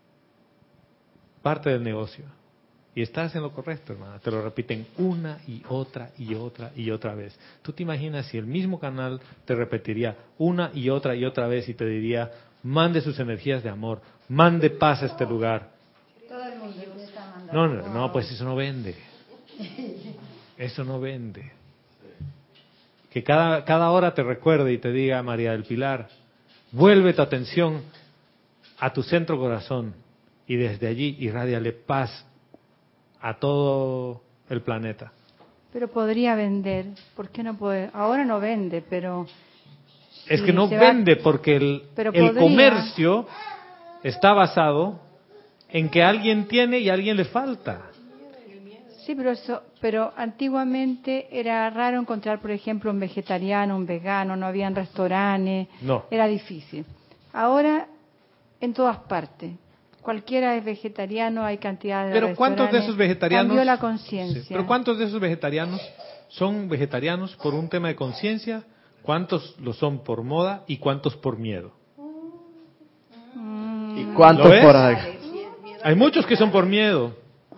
Parte del negocio. Y estás en lo correcto, hermana. Te lo repiten una y otra y otra y otra vez. ¿Tú te imaginas si el mismo canal te repetiría una y otra vez y te diría, mande sus energías de amor, mande paz a este lugar? Todo el mundo te está mandando. No, pues eso no vende. Eso no vende. Que cada hora te recuerde y te diga, María del Pilar, vuelve tu atención a tu centro corazón y desde allí irradiale paz a todo el planeta. Pero podría vender. ¿Por qué no puede? Ahora no vende, pero... Es si que no se va- vende porque el podría. comercio está basado en que alguien tiene y a alguien le falta. Sí, pero antiguamente era raro encontrar, por ejemplo, un vegetariano, un vegano, no habían restaurantes, No. era difícil. Ahora, en todas partes, cualquiera es vegetariano, hay cantidad de Pero ¿cuántos de restaurantes. esos vegetarianos? Cambió la Sí, conciencia. pero ¿cuántos de esos vegetarianos son vegetarianos por un tema de conciencia? ¿Cuántos lo son por moda y cuántos por miedo? ¿Y cuántos ¿Lo ves? por ahí? Hay muchos que son por miedo.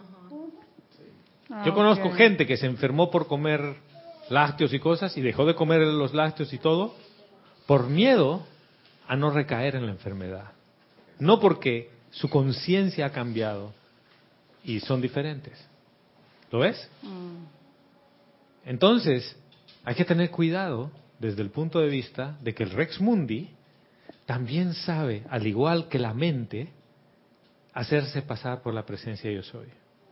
Yo conozco ok. gente que se enfermó por comer lácteos y cosas y dejó de comer los lácteos y todo por miedo a no recaer en la enfermedad. No porque su conciencia ha cambiado y son diferentes. ¿Lo ves? Entonces, hay que tener cuidado desde el punto de vista de que el Rex Mundi también sabe, al igual que la mente, hacerse pasar por la presencia yo soy.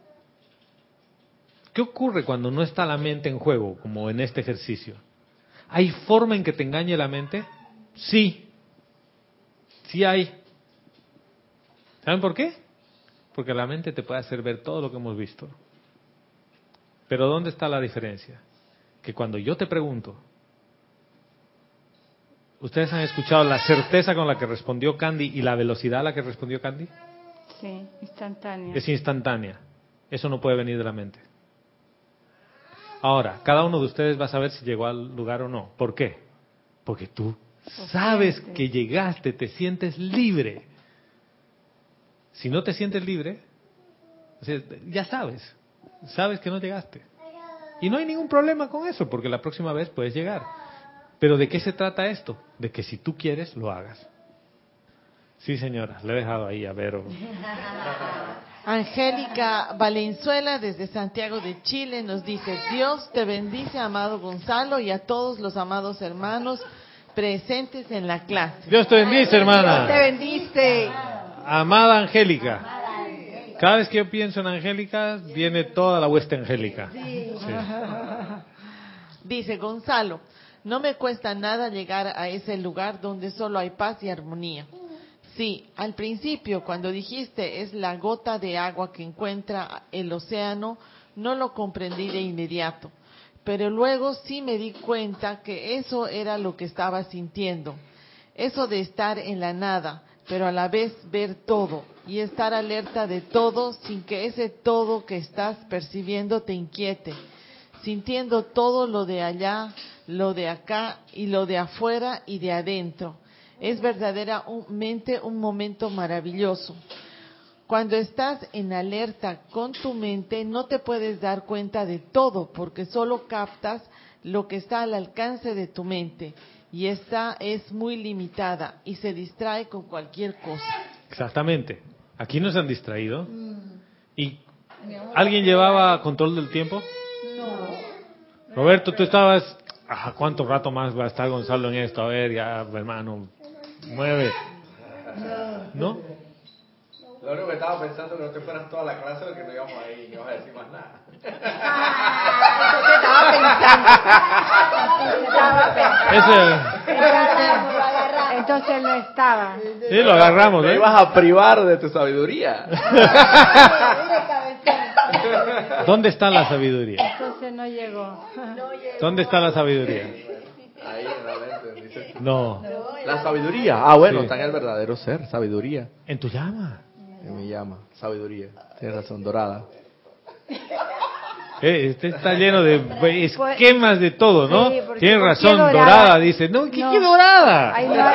¿Qué ocurre cuando no está la mente en juego, como en este ejercicio? ¿Hay forma en que te engañe la mente? Sí. Sí hay. ¿Saben por qué? Porque la mente te puede hacer ver todo lo que hemos visto. Pero ¿dónde está la diferencia? Que cuando yo te pregunto, ¿Ustedes han escuchado la certeza con la que respondió Candy y la velocidad a la que respondió Candy? Sí, instantánea. Es instantánea. Eso no puede venir de la mente. Ahora, cada uno de ustedes va a saber si llegó al lugar o no. ¿Por qué? Porque tú sabes que llegaste, te sientes libre. Si no te sientes libre, o sea, ya sabes que no llegaste. Y no hay ningún problema con eso, porque la próxima vez puedes llegar. Pero ¿de qué se trata esto? De que si tú quieres, lo hagas. Sí, señora, le he dejado ahí a Vero. Angélica Valenzuela desde Santiago de Chile nos dice: Dios te bendice, amado Gonzalo, y a todos los amados hermanos presentes en la clase. Dios te bendice, hermana. Dios te bendice. Amada Angélica. Cada vez que yo pienso en Angélica, viene toda la hueste angélica. Sí. Dice Gonzalo: no me cuesta nada llegar a ese lugar donde solo hay paz y armonía. Sí, al principio, cuando dijiste es la gota de agua que encuentra el océano, no lo comprendí de inmediato. Pero luego sí me di cuenta que eso era lo que estaba sintiendo. Eso de estar en la nada, pero a la vez ver todo y estar alerta de todo sin que ese todo que estás percibiendo te inquiete. Sintiendo todo lo de allá, lo de acá y lo de afuera y de adentro. Es verdaderamente un momento maravilloso. Cuando estás en alerta con tu mente, no te puedes dar cuenta de todo, porque solo captas lo que está al alcance de tu mente, y esta es muy limitada y se distrae con cualquier cosa. Exactamente. Aquí no se han distraído. ¿Y alguien llevaba control del tiempo? No. Roberto, tú estabas... ¿cuánto rato más va a estar Gonzalo en esto? A ver, ya, hermano, mueve. ¿No? Lo único que estaba pensando que no te fueras toda la clase porque no íbamos a ir, no íbamos a decir más nada. Entonces no estaba. Sí, lo agarramos, Me ibas a privar de tu sabiduría. ¿Dónde está la sabiduría? Entonces no llegó. ¿Dónde está la sabiduría? Ahí en la mente, dice. No. La sabiduría. Ah, bueno, Sí. está en el verdadero ser, sabiduría. En tu llama. En mi llama, sabiduría. Tienes razón, dorada. Este está lleno de esquemas de todo, ¿no? Sí, porque Tienes ¿por qué razón, dorada, dice. No, ¿qué No. dorada? Ahí no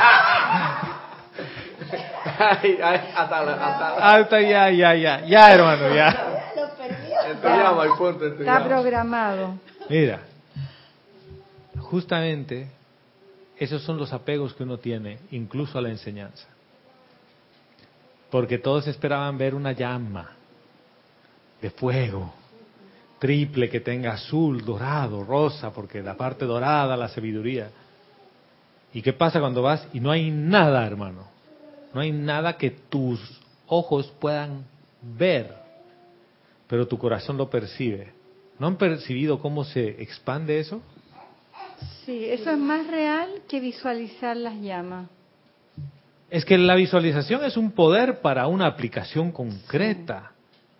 hay- Hasta ya, hermano, ya. En tu llama, y punto, en tu Está llama. programado. Mira, justamente esos son los apegos que uno tiene, incluso a la enseñanza. Porque todos esperaban ver una llama de fuego, triple, que tenga azul, dorado, rosa, porque la parte dorada, la sabiduría. ¿Y qué pasa cuando vas y no hay nada, hermano? No hay nada que tus ojos puedan ver, pero tu corazón lo percibe. ¿No han percibido cómo se expande eso? Sí, eso es más real que visualizar las llamas. Es que la visualización es un poder para una aplicación concreta.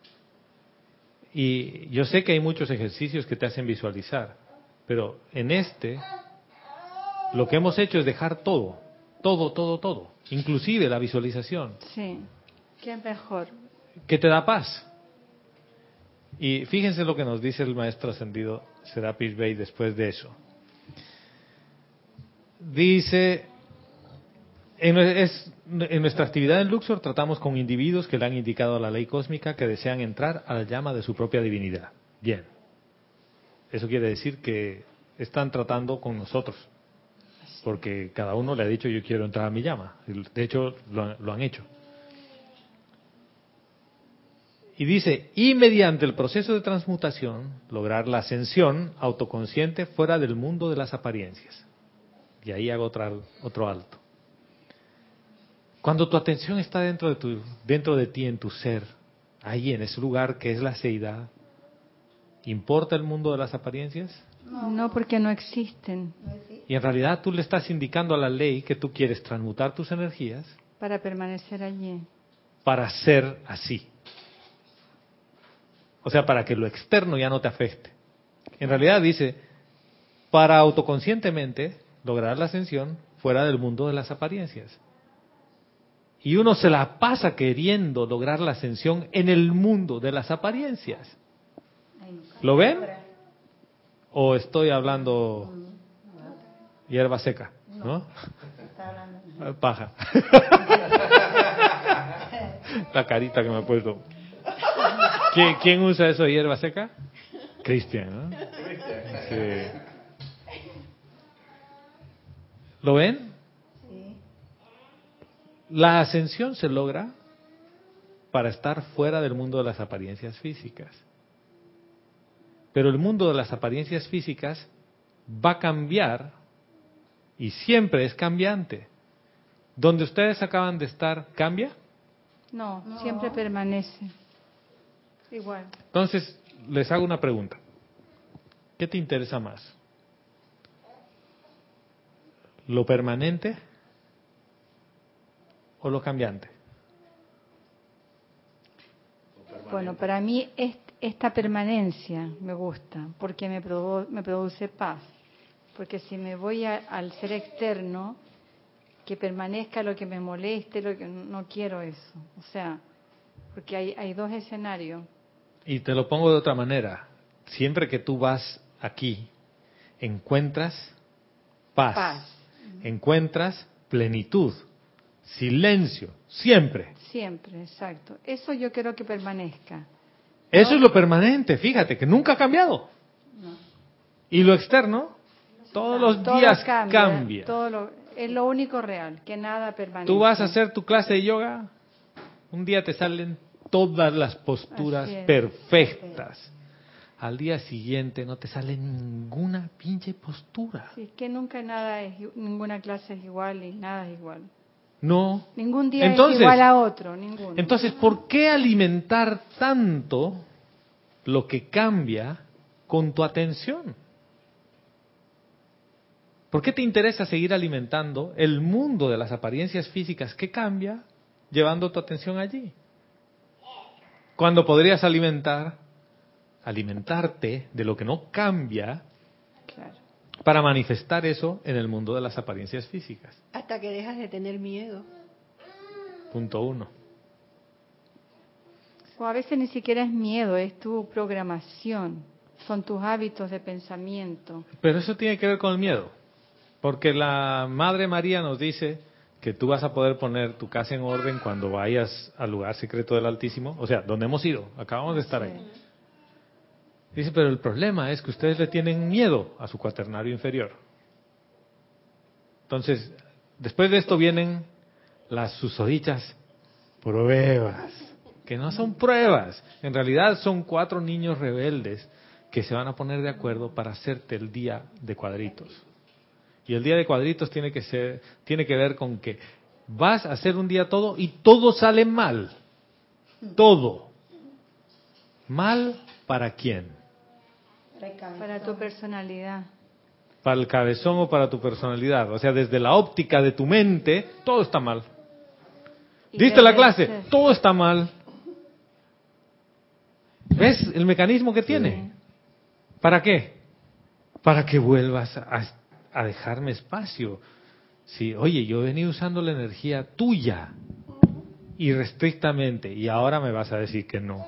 Y yo sé que hay muchos ejercicios que te hacen visualizar, pero en lo que hemos hecho es dejar todo, inclusive la visualización, Sí, que es mejor. que te da paz. Y fíjense lo que nos dice el maestro ascendido Serapis Bey después de eso. Dice, en nuestra actividad en Luxor tratamos con individuos que le han indicado a la ley cósmica que desean entrar a la llama de su propia divinidad. Bien. Eso quiere decir que están tratando con nosotros, porque cada uno le ha dicho yo quiero entrar a mi llama. De hecho, lo han hecho. Y dice, y mediante el proceso de transmutación, lograr la ascensión autoconsciente fuera del mundo de las apariencias. Y ahí hago otro alto. Cuando tu atención está dentro de ti, en tu ser, ahí en ese lugar que es la seidad, ¿importa el mundo de las apariencias? No, porque no existen. Y en realidad tú le estás indicando a la ley que tú quieres transmutar tus energías Para permanecer allí. para ser así. O sea, para que lo externo ya no te afecte. En realidad dice, para autoconscientemente lograr la ascensión fuera del mundo de las apariencias. Y uno se la pasa queriendo lograr la ascensión en el mundo de las apariencias. ¿Lo ven? ¿O estoy hablando hierba seca? ¿No? Paja. La carita que me ha puesto. ¿Quién usa eso de hierba seca? Cristian, ¿no? Sí. ¿Lo ven? La ascensión se logra para estar fuera del mundo de las apariencias físicas. Pero el mundo de las apariencias físicas va a cambiar y siempre es cambiante. ¿Donde ustedes acaban de estar cambia? No, siempre permanece. Igual. Entonces, les hago una pregunta. ¿Qué te interesa más? ¿Lo permanente o lo cambiante? Bueno, para mí esta permanencia me gusta, porque me produce paz. Porque si me voy al ser externo, que permanezca lo que me moleste, lo que no quiero eso. O sea, porque hay dos escenarios. Y te lo pongo de otra manera. Siempre que tú vas aquí, encuentras paz. Encuentras plenitud, silencio, siempre. Siempre, exacto. Eso yo quiero que permanezca. Eso es lo permanente, fíjate, que nunca ha cambiado. No. Y lo externo, todos los días cambia. Es lo único real, que nada permanece. Tú vas a hacer tu clase de yoga, un día te salen todas las posturas perfectas. Al día siguiente no te sale ninguna pinche postura. Sí, es que nunca ninguna clase es igual y nada es igual. No. Ningún día es igual a otro, ninguno. Entonces, ¿por qué alimentar tanto lo que cambia con tu atención? ¿Por qué te interesa seguir alimentando el mundo de las apariencias físicas que cambia llevando tu atención allí? Cuando podrías alimentarte de lo que no cambia, claro, para manifestar eso en el mundo de las apariencias físicas. Hasta que dejas de tener miedo. Punto 1. O a veces ni siquiera es miedo, es tu programación, son tus hábitos de pensamiento. Pero eso tiene que ver con el miedo, porque la Madre María nos dice que tú vas a poder poner tu casa en orden cuando vayas al lugar secreto del Altísimo, o sea, donde hemos ido, acabamos de estar ahí. Dice, pero el problema es que ustedes le tienen miedo a su cuaternario inferior. Entonces, después de esto vienen las susodichas pruebas, que no son pruebas, en realidad son 4 niños rebeldes que se van a poner de acuerdo para hacerte el día de cuadritos. Y el día de cuadritos tiene que ver con que vas a hacer un día todo y todo sale mal. Todo. ¿Mal para quién? Para tu personalidad. Para el cabezón o para tu personalidad. O sea, desde la óptica de tu mente, todo está mal. ¿Diste la clase? Todo está mal. ¿Ves el mecanismo que tiene? Sí. ¿Para qué? Para que vuelvas a dejarme espacio. Sí, oye, yo he venido usando la energía tuya irrestrictamente y ahora me vas a decir que no.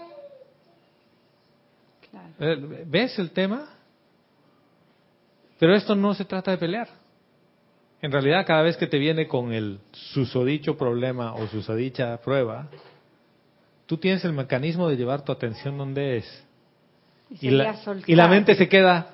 Claro. ¿Ves el tema? Pero esto no se trata de pelear. En realidad, cada vez que te viene con el susodicho problema o susodicha prueba, tú tienes el mecanismo de llevar tu atención donde es. Y la mente se queda...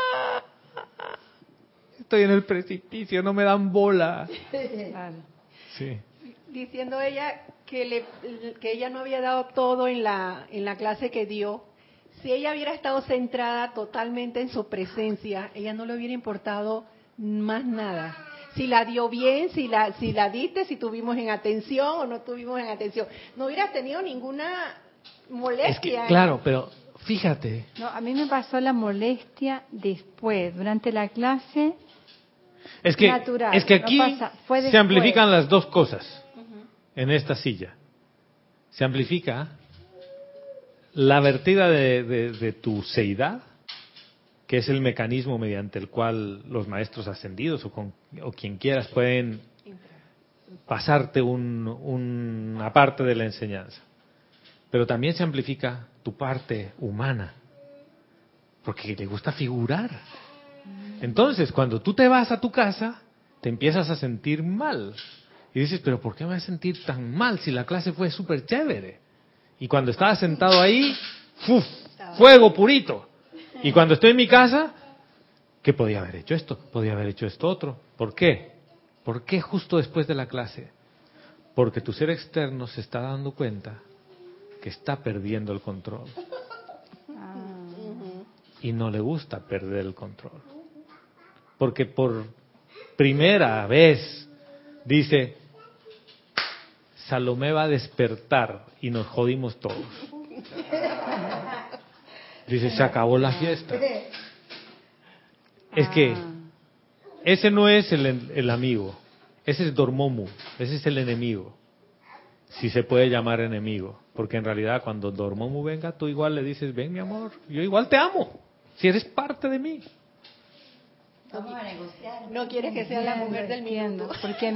Estoy en el precipicio, no me dan bola. Sí. Diciendo ella que ella no había dado todo en la clase que dio. Si ella hubiera estado centrada totalmente en su presencia, ella no le hubiera importado más nada. Si la dio bien, si la diste, si tuvimos en atención o no tuvimos en atención. No hubieras tenido ninguna molestia. Es que, claro, pero fíjate. No, a mí me pasó la molestia después, durante la clase. Es que aquí no se amplifican las dos cosas en esta silla. Se amplifica la vertida de tu seidad que es el mecanismo mediante el cual los maestros ascendidos o quien quieras pueden pasarte una parte de la enseñanza. Pero también se amplifica tu parte humana, porque te gusta figurar. Entonces, cuando tú te vas a tu casa, te empiezas a sentir mal. Y dices, pero ¿por qué me voy a sentir tan mal si la clase fue súper chévere? Y cuando estaba sentado ahí, ¡fuf! Fuego purito. Y cuando estoy en mi casa, ¿qué podía haber hecho esto? Podía haber hecho esto otro. ¿Por qué? ¿Por qué justo después de la clase? Porque tu ser externo se está dando cuenta que está perdiendo el control. Y no le gusta perder el control. Porque por primera vez dice, Salomé va a despertar y nos jodimos todos. Dice, se acabó la fiesta. Es que ese no es el amigo, ese es Dormammu, ese es el enemigo. Si se puede llamar enemigo, porque en realidad cuando Dormammu venga, tú igual le dices, ven mi amor, yo igual te amo, si eres parte de mí. Vamos a negociar. No quieres que sea la mujer del minuto. Porque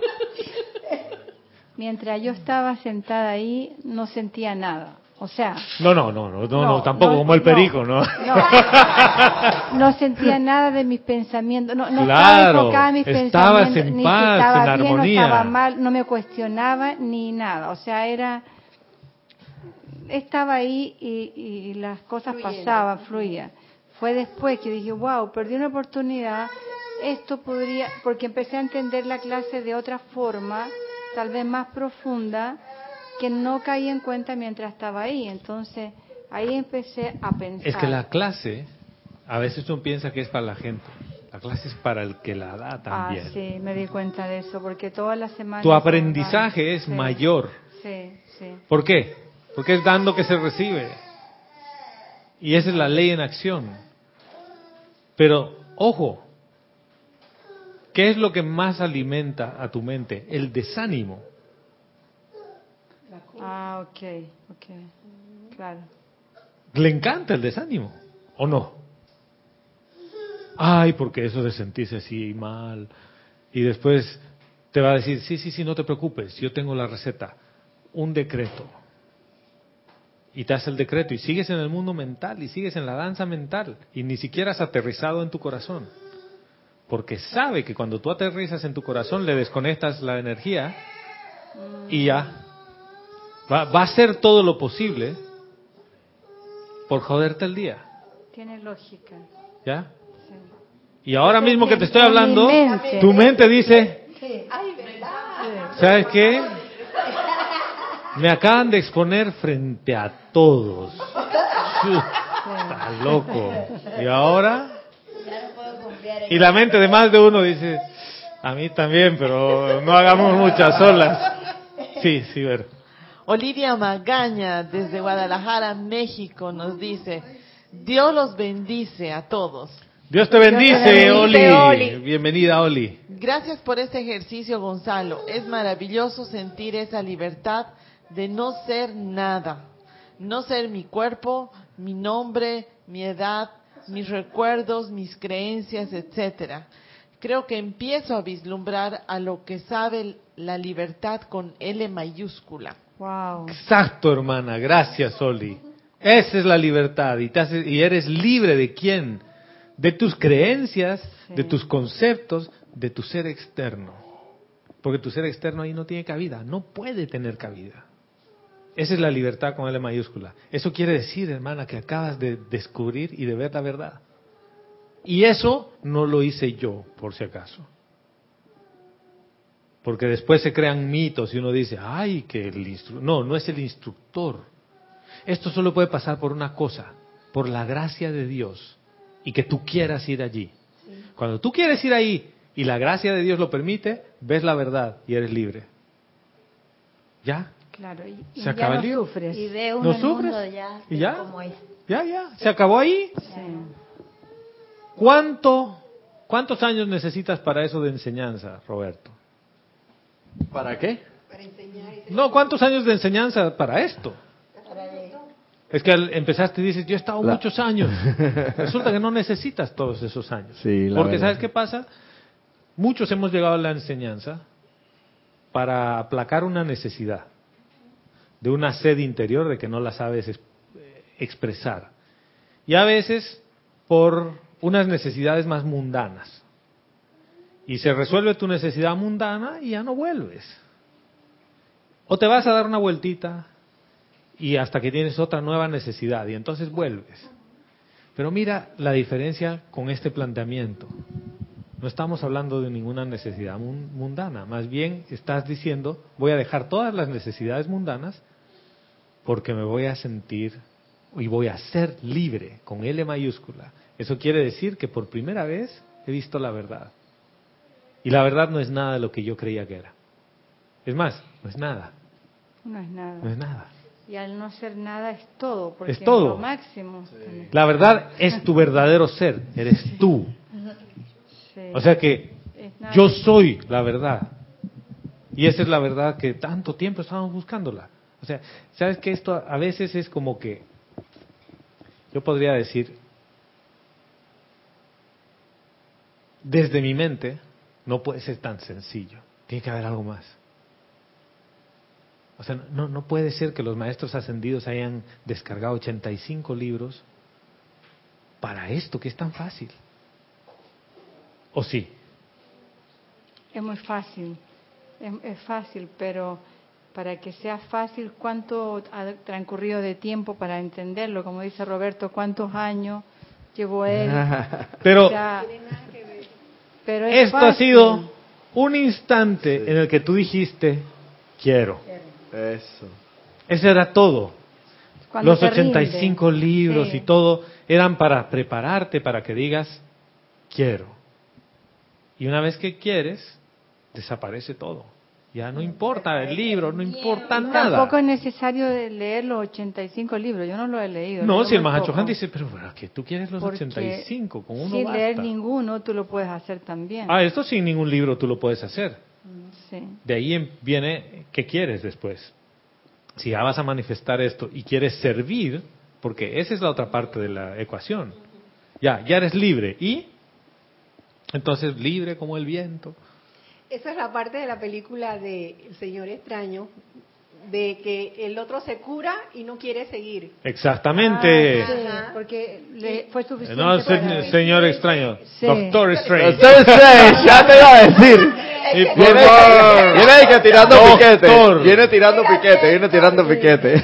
mientras yo estaba sentada ahí, no sentía nada. O sea... No, tampoco como el perico, ¿no? No sentía nada de mis pensamientos, no claro, estaba enfocada en mis estabas pensamientos, en ni paz, si estaba en bien armonía. o estaba mal, no me cuestionaba ni nada. O sea, estaba ahí y las cosas pasaban, fluían. Fue después que dije, wow, perdí una oportunidad, esto podría, porque empecé a entender la clase de otra forma, tal vez más profunda, que no caí en cuenta mientras estaba ahí. Entonces, ahí empecé a pensar. Es que la clase, a veces uno piensa que es para la gente. La clase es para el que la da también. Sí, me di cuenta de eso, porque todas las semanas... Tu aprendizaje es mayor. Sí. ¿Por qué? Porque es dando que se recibe. Y esa es la ley en acción. Pero, ojo, ¿qué es lo que más alimenta a tu mente? El desánimo. Ok, claro. Le encanta el desánimo, ¿o no? Ay, porque eso de sentirse así mal. Y después te va a decir, sí, no te preocupes, yo tengo la receta. Un decreto. Y te hace el decreto y sigues en el mundo mental y sigues en la danza mental y ni siquiera has aterrizado en tu corazón. Porque sabe que cuando tú aterrizas en tu corazón le desconectas la energía y ya. Va a hacer todo lo posible por joderte el día. Tiene lógica. ¿Ya? Sí. Y ahora mismo que te estoy hablando, tu mente dice, ¿sabes qué? Me acaban de exponer frente a todos. Está loco. Y ahora... Y la mente de más de uno dice, a mí también, pero no hagamos muchas olas. Sí, ver. Olivia Magaña, desde Guadalajara, México, nos dice, Dios los bendice a todos. Dios te bendice, Oli. Bienvenida, Oli. Gracias por este ejercicio, Gonzalo. Es maravilloso sentir esa libertad de no ser nada. No ser mi cuerpo, mi nombre, mi edad, mis recuerdos, mis creencias, etcétera. Creo que empiezo a vislumbrar a lo que sabe la libertad con L mayúscula. Wow. Exacto, hermana. Gracias, Oli. Esa es la libertad. Y eres libre ¿de quién? De tus creencias, de tus conceptos, de tu ser externo. Porque tu ser externo ahí no tiene cabida. No puede tener cabida. Esa es la libertad con L mayúscula. Eso quiere decir, hermana, que acabas de descubrir y de ver la verdad. Y eso no lo hice yo, por si acaso. Porque después se crean mitos y uno dice, ay, que el instructor... No es el instructor. Esto solo puede pasar por una cosa, por la gracia de Dios y que tú quieras ir allí. Sí. Cuando tú quieres ir ahí y la gracia de Dios lo permite, ves la verdad y eres libre. ¿Ya? Claro, y se acaba ya el lío. Sufres. Y ve uno ¿No sufres? el mundo ya, ¿Y ya? como es. Ya. ¿Se acabó ahí? Sí. ¿Cuántos años necesitas para eso de enseñanza, Roberto? ¿Para qué? Para enseñar. No, ¿cuántos años de enseñanza para esto? Es que empezaste y dices, yo he estado muchos años. Resulta que no necesitas todos esos años. Sí, porque verdad. ¿sabes qué pasa? Muchos hemos llegado a la enseñanza para aplacar una necesidad, de una sed interior de que no la sabes expresar. Y a veces por unas necesidades más mundanas. Y se resuelve tu necesidad mundana y ya no vuelves. O te vas a dar una vueltita y hasta que tienes otra nueva necesidad y entonces vuelves. Pero mira la diferencia con este planteamiento. No estamos hablando de ninguna necesidad mundana, más bien estás diciendo, voy a dejar todas las necesidades mundanas porque me voy a sentir y voy a ser libre, con L mayúscula. Eso quiere decir que por primera vez he visto la verdad. Y la verdad no es nada de lo que yo creía que era. Es más, no es nada. No es nada. No es nada. Y al no ser nada es todo, porque Es todo. lo máximo. Sí. La verdad es tu verdadero ser, eres tú. Sí. O sea que yo soy la verdad. Y esa es la verdad que tanto tiempo estábamos buscándola. O sea, ¿sabes que esto a veces es como que, yo podría decir, desde mi mente, no puede ser tan sencillo. Tiene que haber algo más. O sea, no puede ser que los maestros ascendidos hayan descargado 85 libros para esto, que es tan fácil. ¿O sí? Es muy fácil. Es fácil, pero para que sea fácil, ¿cuánto ha transcurrido de tiempo para entenderlo? Como dice Roberto, ¿cuántos años llevó él? Pero, o sea, pero esto fácil. ha sido un instante en el que tú dijiste, quiero. Eso. Ese era todo. Cuando Los 85 rinde. libros Sí. y todo eran para prepararte para que digas, quiero. Y una vez que quieres, desaparece todo. Ya no importa el libro, no importa nada. Tampoco es necesario leer los 85 libros, yo no lo he leído. No, leo si el muy Mahacho Han poco. dice, pero ¿para qué tú quieres los Porque 85? Con uno sin basta. leer ninguno, tú lo puedes hacer también. Esto sin ningún libro tú lo puedes hacer. Sí. De ahí viene, ¿qué quieres después? Si ya vas a manifestar esto y quieres servir, porque esa es la otra parte de la ecuación. Ya eres libre. ¿Y? Entonces, libre como el viento. Esa es la parte de la película de El Señor Extraño, de que el otro se cura y no quiere seguir. Exactamente. Sí, porque fue suficiente. No, para- señor extraño. Sí. Doctor Strange. Doctor Strange, ya te iba a decir. Y por Viene favor. ahí que tirando Doctor. piquete. Viene tirando piquete.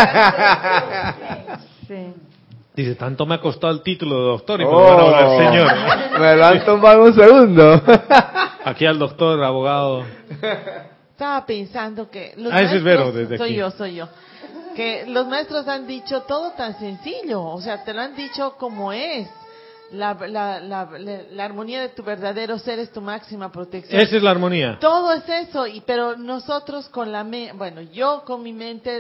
Sí. Dice, tanto me ha costado el título de doctor y me lo van a volver señor. Me lo han tomado un segundo. Aquí al doctor, abogado. Estaba pensando que los Ese es Vero, desde soy aquí. yo, que los maestros han dicho todo tan sencillo, o sea, te lo han dicho como es. La armonía de tu verdadero ser es tu máxima protección. Esa es la armonía. Todo es eso, pero nosotros con yo con mi mente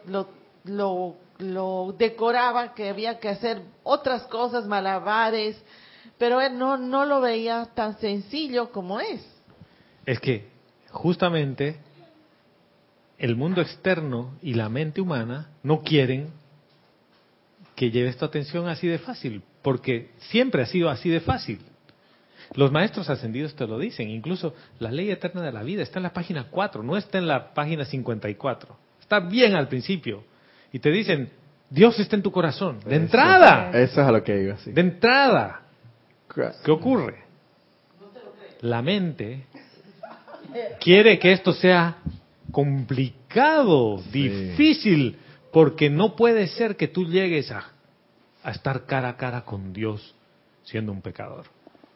lo decoraba, que había que hacer otras cosas, malabares, pero él no lo veía tan sencillo como es. Es que justamente el mundo externo y la mente humana no quieren que lleves tu atención así de fácil, porque siempre ha sido así de fácil. Los maestros ascendidos te lo dicen, incluso la ley eterna de la vida está en la página 4, no está en la página 54. Está bien al principio. Y te dicen, Dios está en tu corazón. De entrada. Eso es a lo que iba, sí. De entrada. ¿Qué ocurre? La mente quiere que esto sea complicado, difícil, porque no puede ser que tú llegues a estar cara a cara con Dios siendo un pecador.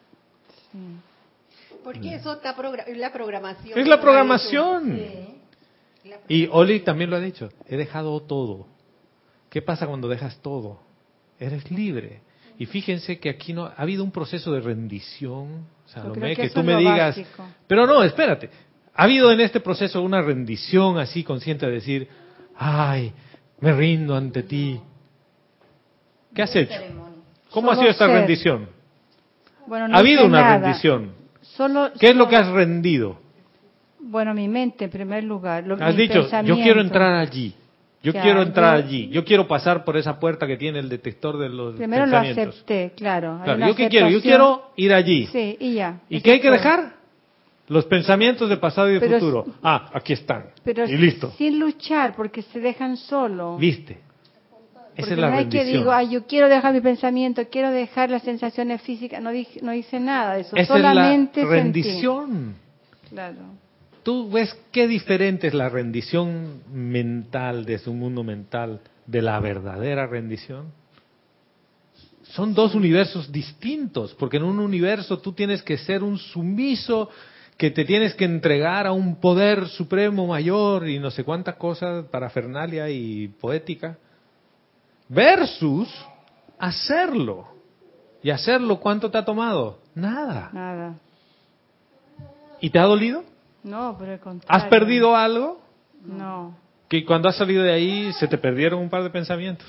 Porque eso está es la programación. Es la programación. Y Oli también lo ha dicho, he dejado todo. ¿Qué pasa cuando dejas todo? Eres libre. Y fíjense que aquí no ha habido un proceso de rendición, Salomé, que tú me digas, básico. pero no, espérate. Ha habido en este proceso una rendición así consciente de decir, ay, me rindo ante ti. ¿Qué has hecho? ¿Cómo ha sido esta rendición? Bueno, no Ha habido hice una nada. rendición. Solo, ¿Qué es lo que has rendido? Bueno, mi mente en primer lugar. Has mi dicho, yo pensamiento. quiero entrar allí. Yo Ya, quiero entrar yo- allí. Yo quiero pasar por esa puerta que tiene el detector de los Primero lo pensamientos. acepté, claro. Hay Claro, una ¿yo qué quiero? Yo aceptación. quiero ir allí. Sí, y ya. ¿Y Eso qué hay que fue. dejar? Los pensamientos de pasado y de Pero futuro. Aquí están. Pero y listo. sin luchar, porque se dejan solo. ¿Viste? Esa Porque es la no es que rendición. digo, yo quiero dejar mi pensamiento, quiero dejar las sensaciones físicas. No hice nada de eso. Esa solamente es la rendición. sentí. Claro. Tú ves qué diferente es la rendición mental desde un mundo mental de la verdadera rendición. Son dos universos distintos, porque en un universo tú tienes que ser un sumiso, que te tienes que entregar a un poder supremo mayor y no sé cuántas cosas, parafernalia y poética, versus hacerlo. ¿Y hacerlo cuánto te ha tomado? Nada. Nada. ¿Y te ha dolido? No, por el contrario. ¿Has perdido algo? No. Que cuando has salido de ahí se te perdieron un par de pensamientos.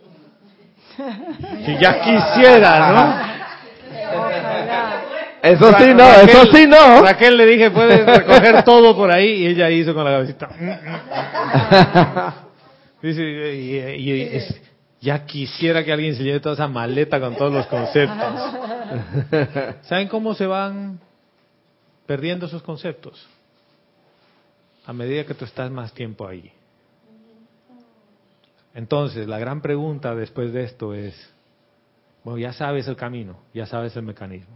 Que ya quisiera, ¿no? Ojalá. Eso sí no, eso sí no. Raquel le dije, puedes recoger todo por ahí, y ella hizo con la cabecita. Dice, ya quisiera que alguien se lleve toda esa maleta con todos los conceptos. ¿Saben cómo se van perdiendo esos conceptos? A medida que tú estás más tiempo ahí. Entonces, la gran pregunta después de esto es, bueno, ya sabes el camino, ya sabes el mecanismo.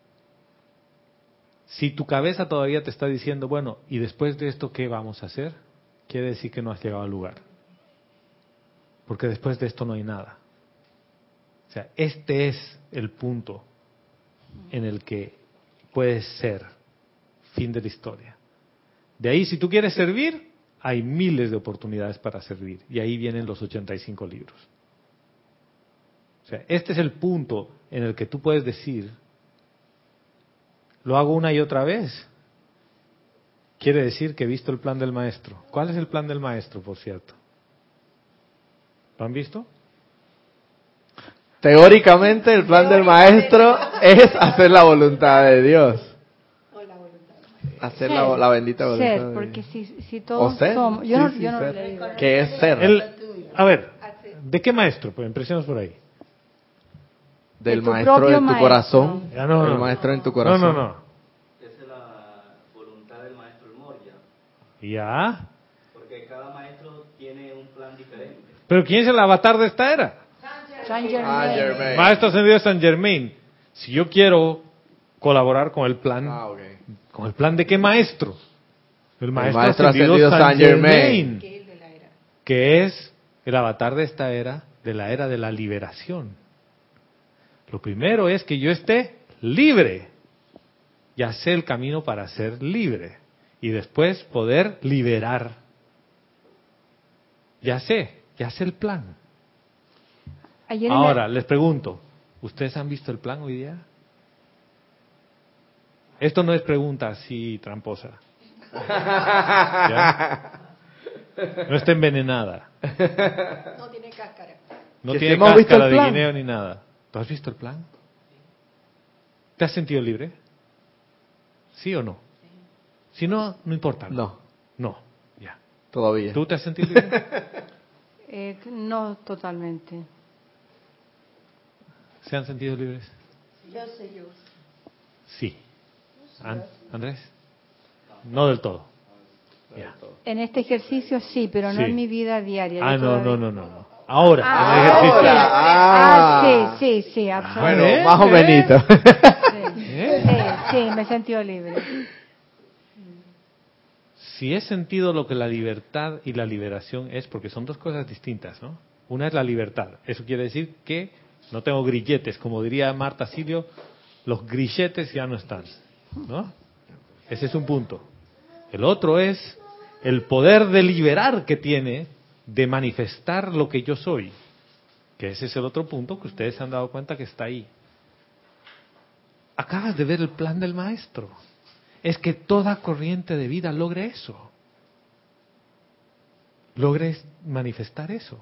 Si tu cabeza todavía te está diciendo, bueno, ¿y después de esto qué vamos a hacer? Quiere decir que no has llegado al lugar. Porque después de esto no hay nada. O sea, este es el punto en el que puedes ser fin de la historia. De ahí, si tú quieres servir, hay miles de oportunidades para servir. Y ahí vienen los 85 libros. O sea, este es el punto en el que tú puedes decir, lo hago una y otra vez. Quiere decir que he visto el plan del maestro. ¿Cuál es el plan del maestro, por cierto? ¿Lo han visto? Teóricamente el plan del maestro es hacer la voluntad de Dios. Hacer la bendita voluntad Ser, de Dios. porque si todos O ser. somos... Yo Sí, sí, no lo ser. he leído. ¿Qué es ser? A ver, ¿de qué maestro? Pues empecemos por ahí. Del de tu maestro propio de tu maestro. corazón. Ya no, el no. maestro en tu corazón. No. Esa es la voluntad del maestro El Moria, Ya. porque cada maestro tiene un plan diferente. ¿Pero quién es el avatar de esta era? Saint Germain. Ah, Germain. Maestro ascendido Saint Germain. Si yo quiero colaborar con el plan, Ah, ok. ¿con el plan de qué maestro? El maestro ascendido Saint Germain. que es el avatar de esta era, de la era de la liberación. Lo primero es que yo esté libre. Ya sé el camino para ser libre. Y después poder liberar. Ya sé el plan. Ayer Ahora, les pregunto, ¿ustedes han visto el plan hoy día? Esto no es pregunta así tramposa. ¿Ya? No está envenenada. No tiene cáscara. No ¿Que tiene si hemos visto cáscara el de plan? guineo ni nada. ¿Tú has visto el plan? ¿Te has sentido libre? ¿Sí o no? Si no, no importa. No, No, ya. todavía. ¿Tú te has sentido libre? no totalmente. ¿Se han sentido libres? Yo sé yo. Sí. ¿Andrés? No del todo. Ya. En este ejercicio sí, pero no Sí. en mi vida diaria. Ah, Yo no. todavía- Ahora, en el ejercicio. Ahora. Sí, absolutamente. Bueno, más o menos. Sí, me he sentido libre. Si he sentido lo que la libertad y la liberación es, porque son dos cosas distintas, ¿no? Una es la libertad. Eso quiere decir que no tengo grilletes. Como diría Marta Silio, los grilletes ya no están, ¿no? Ese es un punto. El otro es el poder de liberar que tiene de manifestar lo que yo soy. Que ese es el otro punto que ustedes se han dado cuenta que está ahí. Acabas de ver el plan del maestro. Es que toda corriente de vida logre eso. Logre manifestar eso.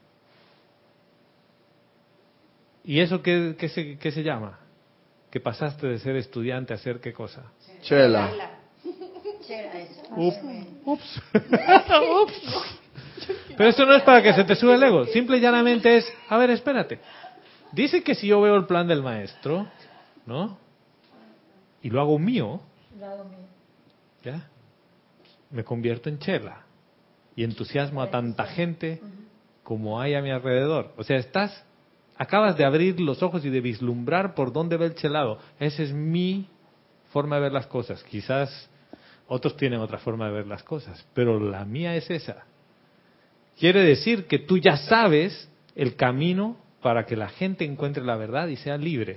¿Y eso qué se llama? Que pasaste de ser estudiante a ser qué cosa. Chela. Chela, eso. Ups. Pero esto no es para que se te sube el ego. Simple y llanamente es, a ver, espérate. Dice que si yo veo el plan del maestro, ¿no? Y lo hago mío, ¿ya? Me convierto en chela. Y entusiasmo a tanta gente como hay a mi alrededor. O sea, acabas de abrir los ojos y de vislumbrar por dónde va el chelado. Esa es mi forma de ver las cosas. Quizás otros tienen otra forma de ver las cosas, pero la mía es esa. Quiere decir que tú ya sabes el camino para que la gente encuentre la verdad y sea libre.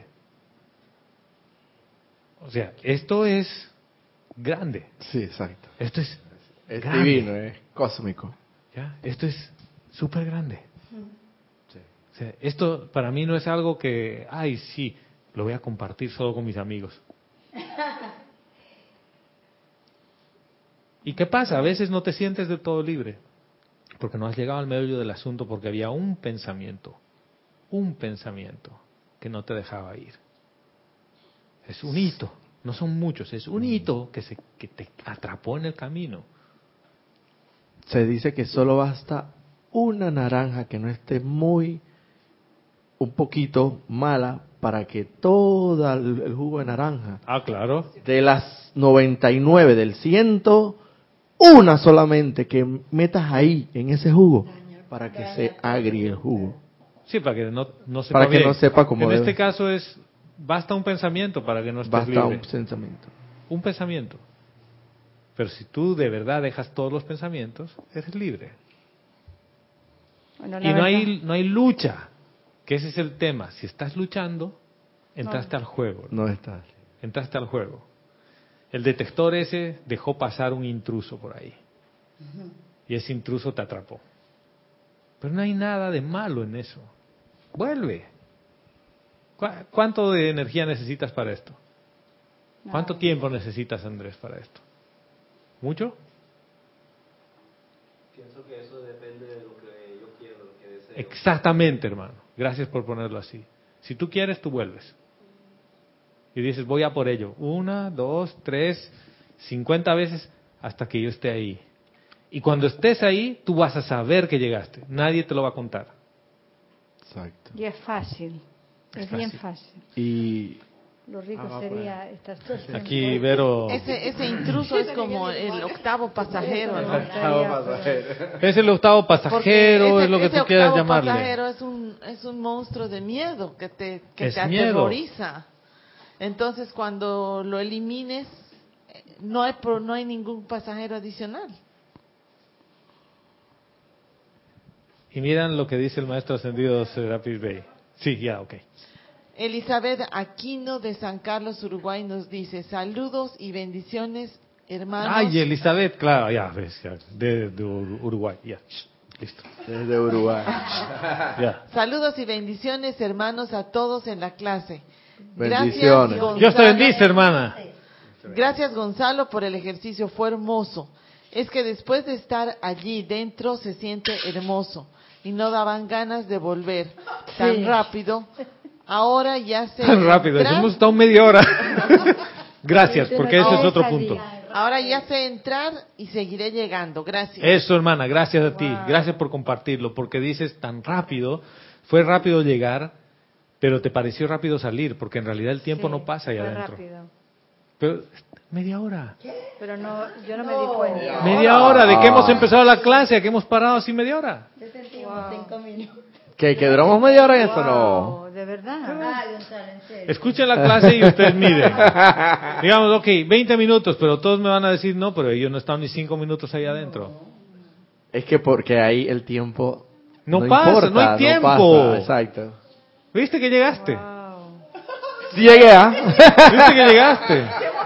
O sea, esto es grande. Sí, exacto. Esto es Es grande. divino, es cósmico. ¿Ya? Esto es súper grande. Sí. O sea, esto para mí no es algo que, ay, sí, lo voy a compartir solo con mis amigos. ¿Y qué pasa? A veces no te sientes del todo libre, porque no has llegado al meollo del asunto, porque había un pensamiento que no te dejaba ir. Es un hito, no son muchos, es un hito que te atrapó en el camino. Se dice que solo basta una naranja que no esté un poquito mala para que todo el jugo de naranja, Claro. de las 99 del 100, una solamente que metas ahí en ese jugo para que se agrie el jugo. Sí, para que no sepa Para que bien. no sepa como en debe. este caso basta un pensamiento para que no estés Basta libre. un pensamiento. Un pensamiento. Pero si tú de verdad dejas todos los pensamientos, eres libre. Bueno, Y no hay lucha, que ese es el tema. Si estás luchando, entraste al juego. No está. Entraste al juego. El detector ese dejó pasar un intruso por ahí. Y ese intruso te atrapó. Pero no hay nada de malo en eso. Vuelve. ¿Cuánto de energía necesitas para esto? ¿Cuánto tiempo necesitas, Andrés, para esto? ¿Mucho? Pienso que eso depende de lo que yo quiero, de lo que deseo. Exactamente, hermano. Gracias por ponerlo así. Si tú quieres, tú vuelves. Y dices, voy a por ello. 1, 2, 3, 50 veces hasta que yo esté ahí. Y cuando estés ahí, tú vas a saber que llegaste. Nadie te lo va a contar. Exacto. Y es fácil. Es bien fácil. Y Lo rico sería estar todo el tiempo. Aquí, Vero. Ese intruso es como el octavo pasajero, ¿no? Es el octavo Porque pasajero, es lo que ese tú quieras octavo llamarle. pasajero es un monstruo de miedo que te Es miedo. aterroriza. Entonces, cuando lo elimines, no hay ningún pasajero adicional. Y miran lo que dice el maestro ascendido Serapis Bey. Sí, ya, ok. Elizabeth Aquino de San Carlos, Uruguay, nos dice: saludos y bendiciones, hermanos. Ay, Elizabeth, claro, ya, ves, ya, de Uruguay, ya, listo. Desde Uruguay. Ya. Saludos y bendiciones, hermanos, a todos en la clase. Bendiciones. Gonzalo. Dios te bendice, hermana. Gracias, Gonzalo, por el ejercicio, fue hermoso. Es que después de estar allí dentro se siente hermoso y no daban ganas de volver tan rápido. Ahora ya sé Tan rápido, entrar. hemos estado media hora. Gracias, porque ese es otro punto. Ahora ya sé entrar y seguiré llegando. Gracias. Eso, hermana, gracias a ti. Gracias por compartirlo, porque dices tan rápido, fue rápido llegar, pero te pareció rápido salir, porque en realidad el tiempo no pasa ahí adentro. Rápido. Pero media hora. Pero no, yo no me di cuenta. Media hora de que hemos empezado la clase, a que hemos parado así media hora. Yo sentí como 5 minutos. ¿Que duramos media hora en eso? No. De verdad. Ay, Gonzalo, en serio. Escuchen la clase y ustedes miden. Digamos, ok, 20 minutos, pero todos me van a decir, no, pero yo no he estado ni 5 minutos ahí adentro. Es que porque ahí el tiempo No pasa, importa, no hay tiempo. pasa, exacto. ¿Viste que llegaste? Wow. Sí llegué, ¿ah? ¿Viste que llegaste?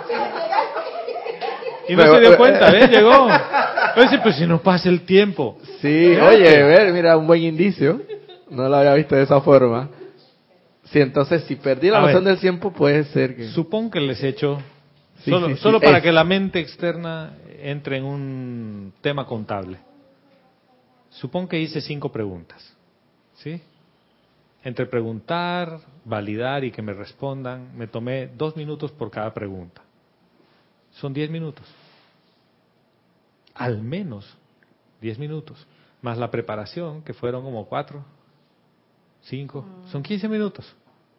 Y no Pero, se dio cuenta, ¿ves? Llegó. Entonces, pues si no pasa el tiempo. Sí, oye, ver, mira, un buen indicio. No lo había visto de esa forma. Sí, entonces, si perdí la A noción ver. del tiempo, puede ser que... Supón que les he hecho, Sí, solo, sí, sí, solo para es. que la mente externa entre en un tema contable. Supón que hice 5 preguntas. ¿Sí? Entre preguntar, validar y que me respondan, me tomé 2 minutos por cada pregunta. Son 10 minutos. Al menos 10 minutos. más la preparación, que fueron como 4, 5, son 15 minutos.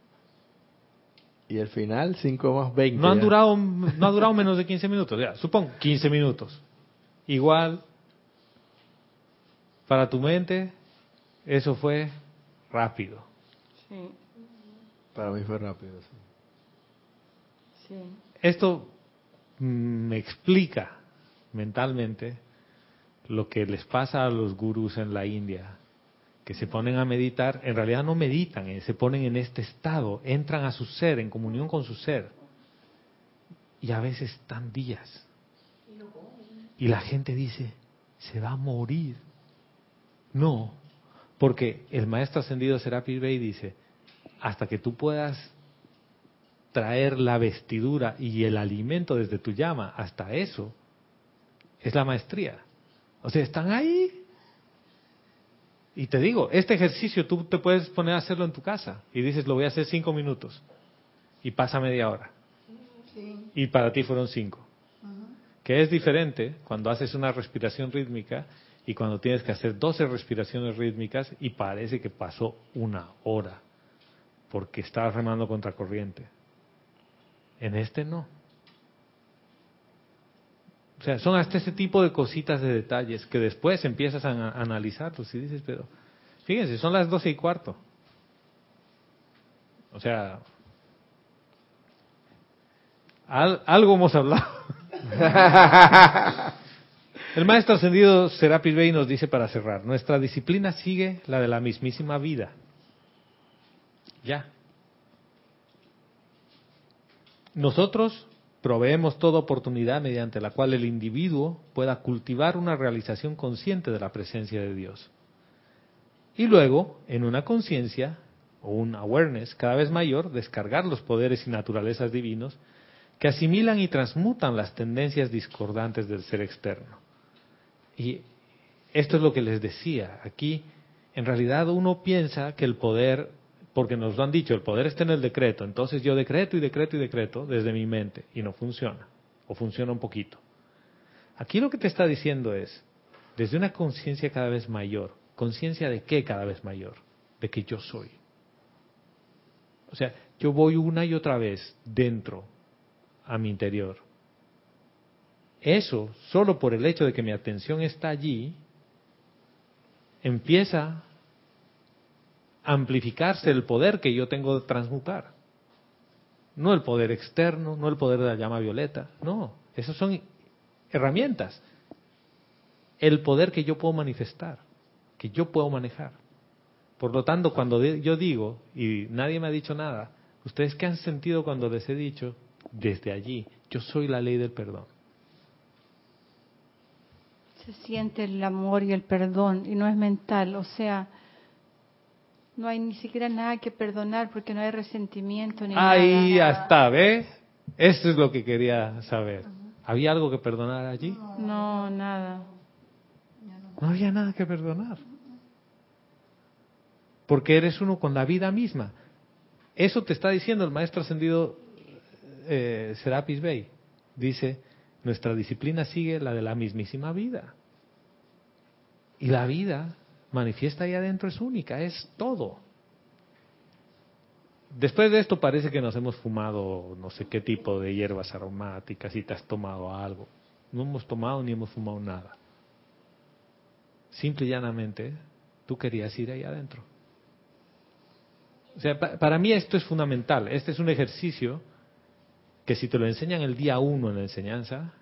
Y el final, 5 más 20. No ha ya. durado menos de 15 minutos, ya, supongo, 15 minutos. Igual, para tu mente, eso fue rápido. Sí, Para mí fue rápido. Sí. sí. Esto me explica mentalmente lo que les pasa a los gurús en la India, que se ponen a meditar, en realidad no meditan, se ponen en este estado, entran a su ser, en comunión con su ser, y a veces están días. Y la gente dice, se va a morir. No, porque el maestro ascendido Serapis Bey dice, hasta que tú puedas traer la vestidura y el alimento desde tu llama, hasta eso, es la maestría. O sea, están ahí. Y te digo, este ejercicio tú te puedes poner a hacerlo en tu casa y dices, lo voy a hacer 5 minutos y pasa media hora. Sí. Y para ti fueron 5. Que es diferente cuando haces una respiración rítmica y cuando tienes que hacer 12 respiraciones rítmicas y parece que pasó 1 hora porque estás remando contra corriente. En este no. O sea, son hasta ese tipo de cositas, de detalles, que después empiezas a analizarlos y dices, pero fíjense, son las 12:15. O sea, algo hemos hablado. El maestro ascendido Serapis Bey nos dice para cerrar, nuestra disciplina sigue la de la mismísima vida. Ya. Nosotros proveemos toda oportunidad mediante la cual el individuo pueda cultivar una realización consciente de la presencia de Dios. Y luego, en una conciencia o un awareness cada vez mayor, descargar los poderes y naturalezas divinos que asimilan y transmutan las tendencias discordantes del ser externo. Y esto es lo que les decía. Aquí, en realidad, uno piensa que el poder, porque nos lo han dicho, el poder está en el decreto, entonces yo decreto y decreto y decreto desde mi mente, y no funciona, o funciona un poquito. Aquí lo que te está diciendo es, desde una conciencia cada vez mayor, ¿conciencia de qué cada vez mayor? De que yo soy. O sea, yo voy una y otra vez dentro a mi interior. Eso, solo por el hecho de que mi atención está allí, empieza a amplificarse el poder que yo tengo de transmutar. No el poder externo, no el poder de la llama violeta, no, esas son herramientas. El poder que yo puedo manifestar, que yo puedo manejar. Por lo tanto, cuando yo digo, y nadie me ha dicho nada, ¿ustedes qué han sentido cuando les he dicho? Desde allí, yo soy la ley del perdón. Se siente el amor y el perdón y no es mental, o sea, no hay ni siquiera nada que perdonar porque no hay resentimiento ni Ahí nada. ya está, ¿ves? Eso es lo que quería saber. ¿Había algo que perdonar allí? No, nada. No había nada que perdonar. Porque eres uno con la vida misma. Eso te está diciendo el maestro ascendido Serapis Bey. Dice, nuestra disciplina sigue la de la mismísima vida. Y la vida manifiesta ahí adentro es única, es todo. Después de esto parece que nos hemos fumado no sé qué tipo de hierbas aromáticas y te has tomado algo. No hemos tomado ni hemos fumado nada. Simple y llanamente, tú querías ir ahí adentro. O sea, para mí esto es fundamental. Este es un ejercicio que si te lo enseñan el día 1 en la enseñanza,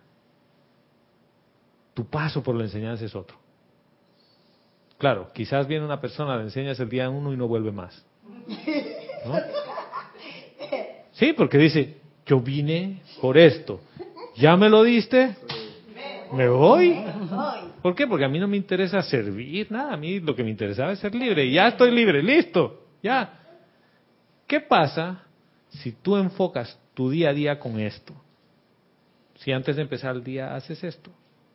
tu paso por la enseñanza es otro. Claro, quizás viene una persona, le enseñas el día 1 y no vuelve más. ¿No? Sí, porque dice, yo vine por esto. ¿Ya me lo diste? Me voy. ¿Por qué? Porque a mí no me interesa servir nada. A mí lo que me interesaba es ser libre. Y ya estoy libre, listo. Ya. ¿Qué pasa si tú enfocas tu día a día con esto? Si antes de empezar el día haces esto.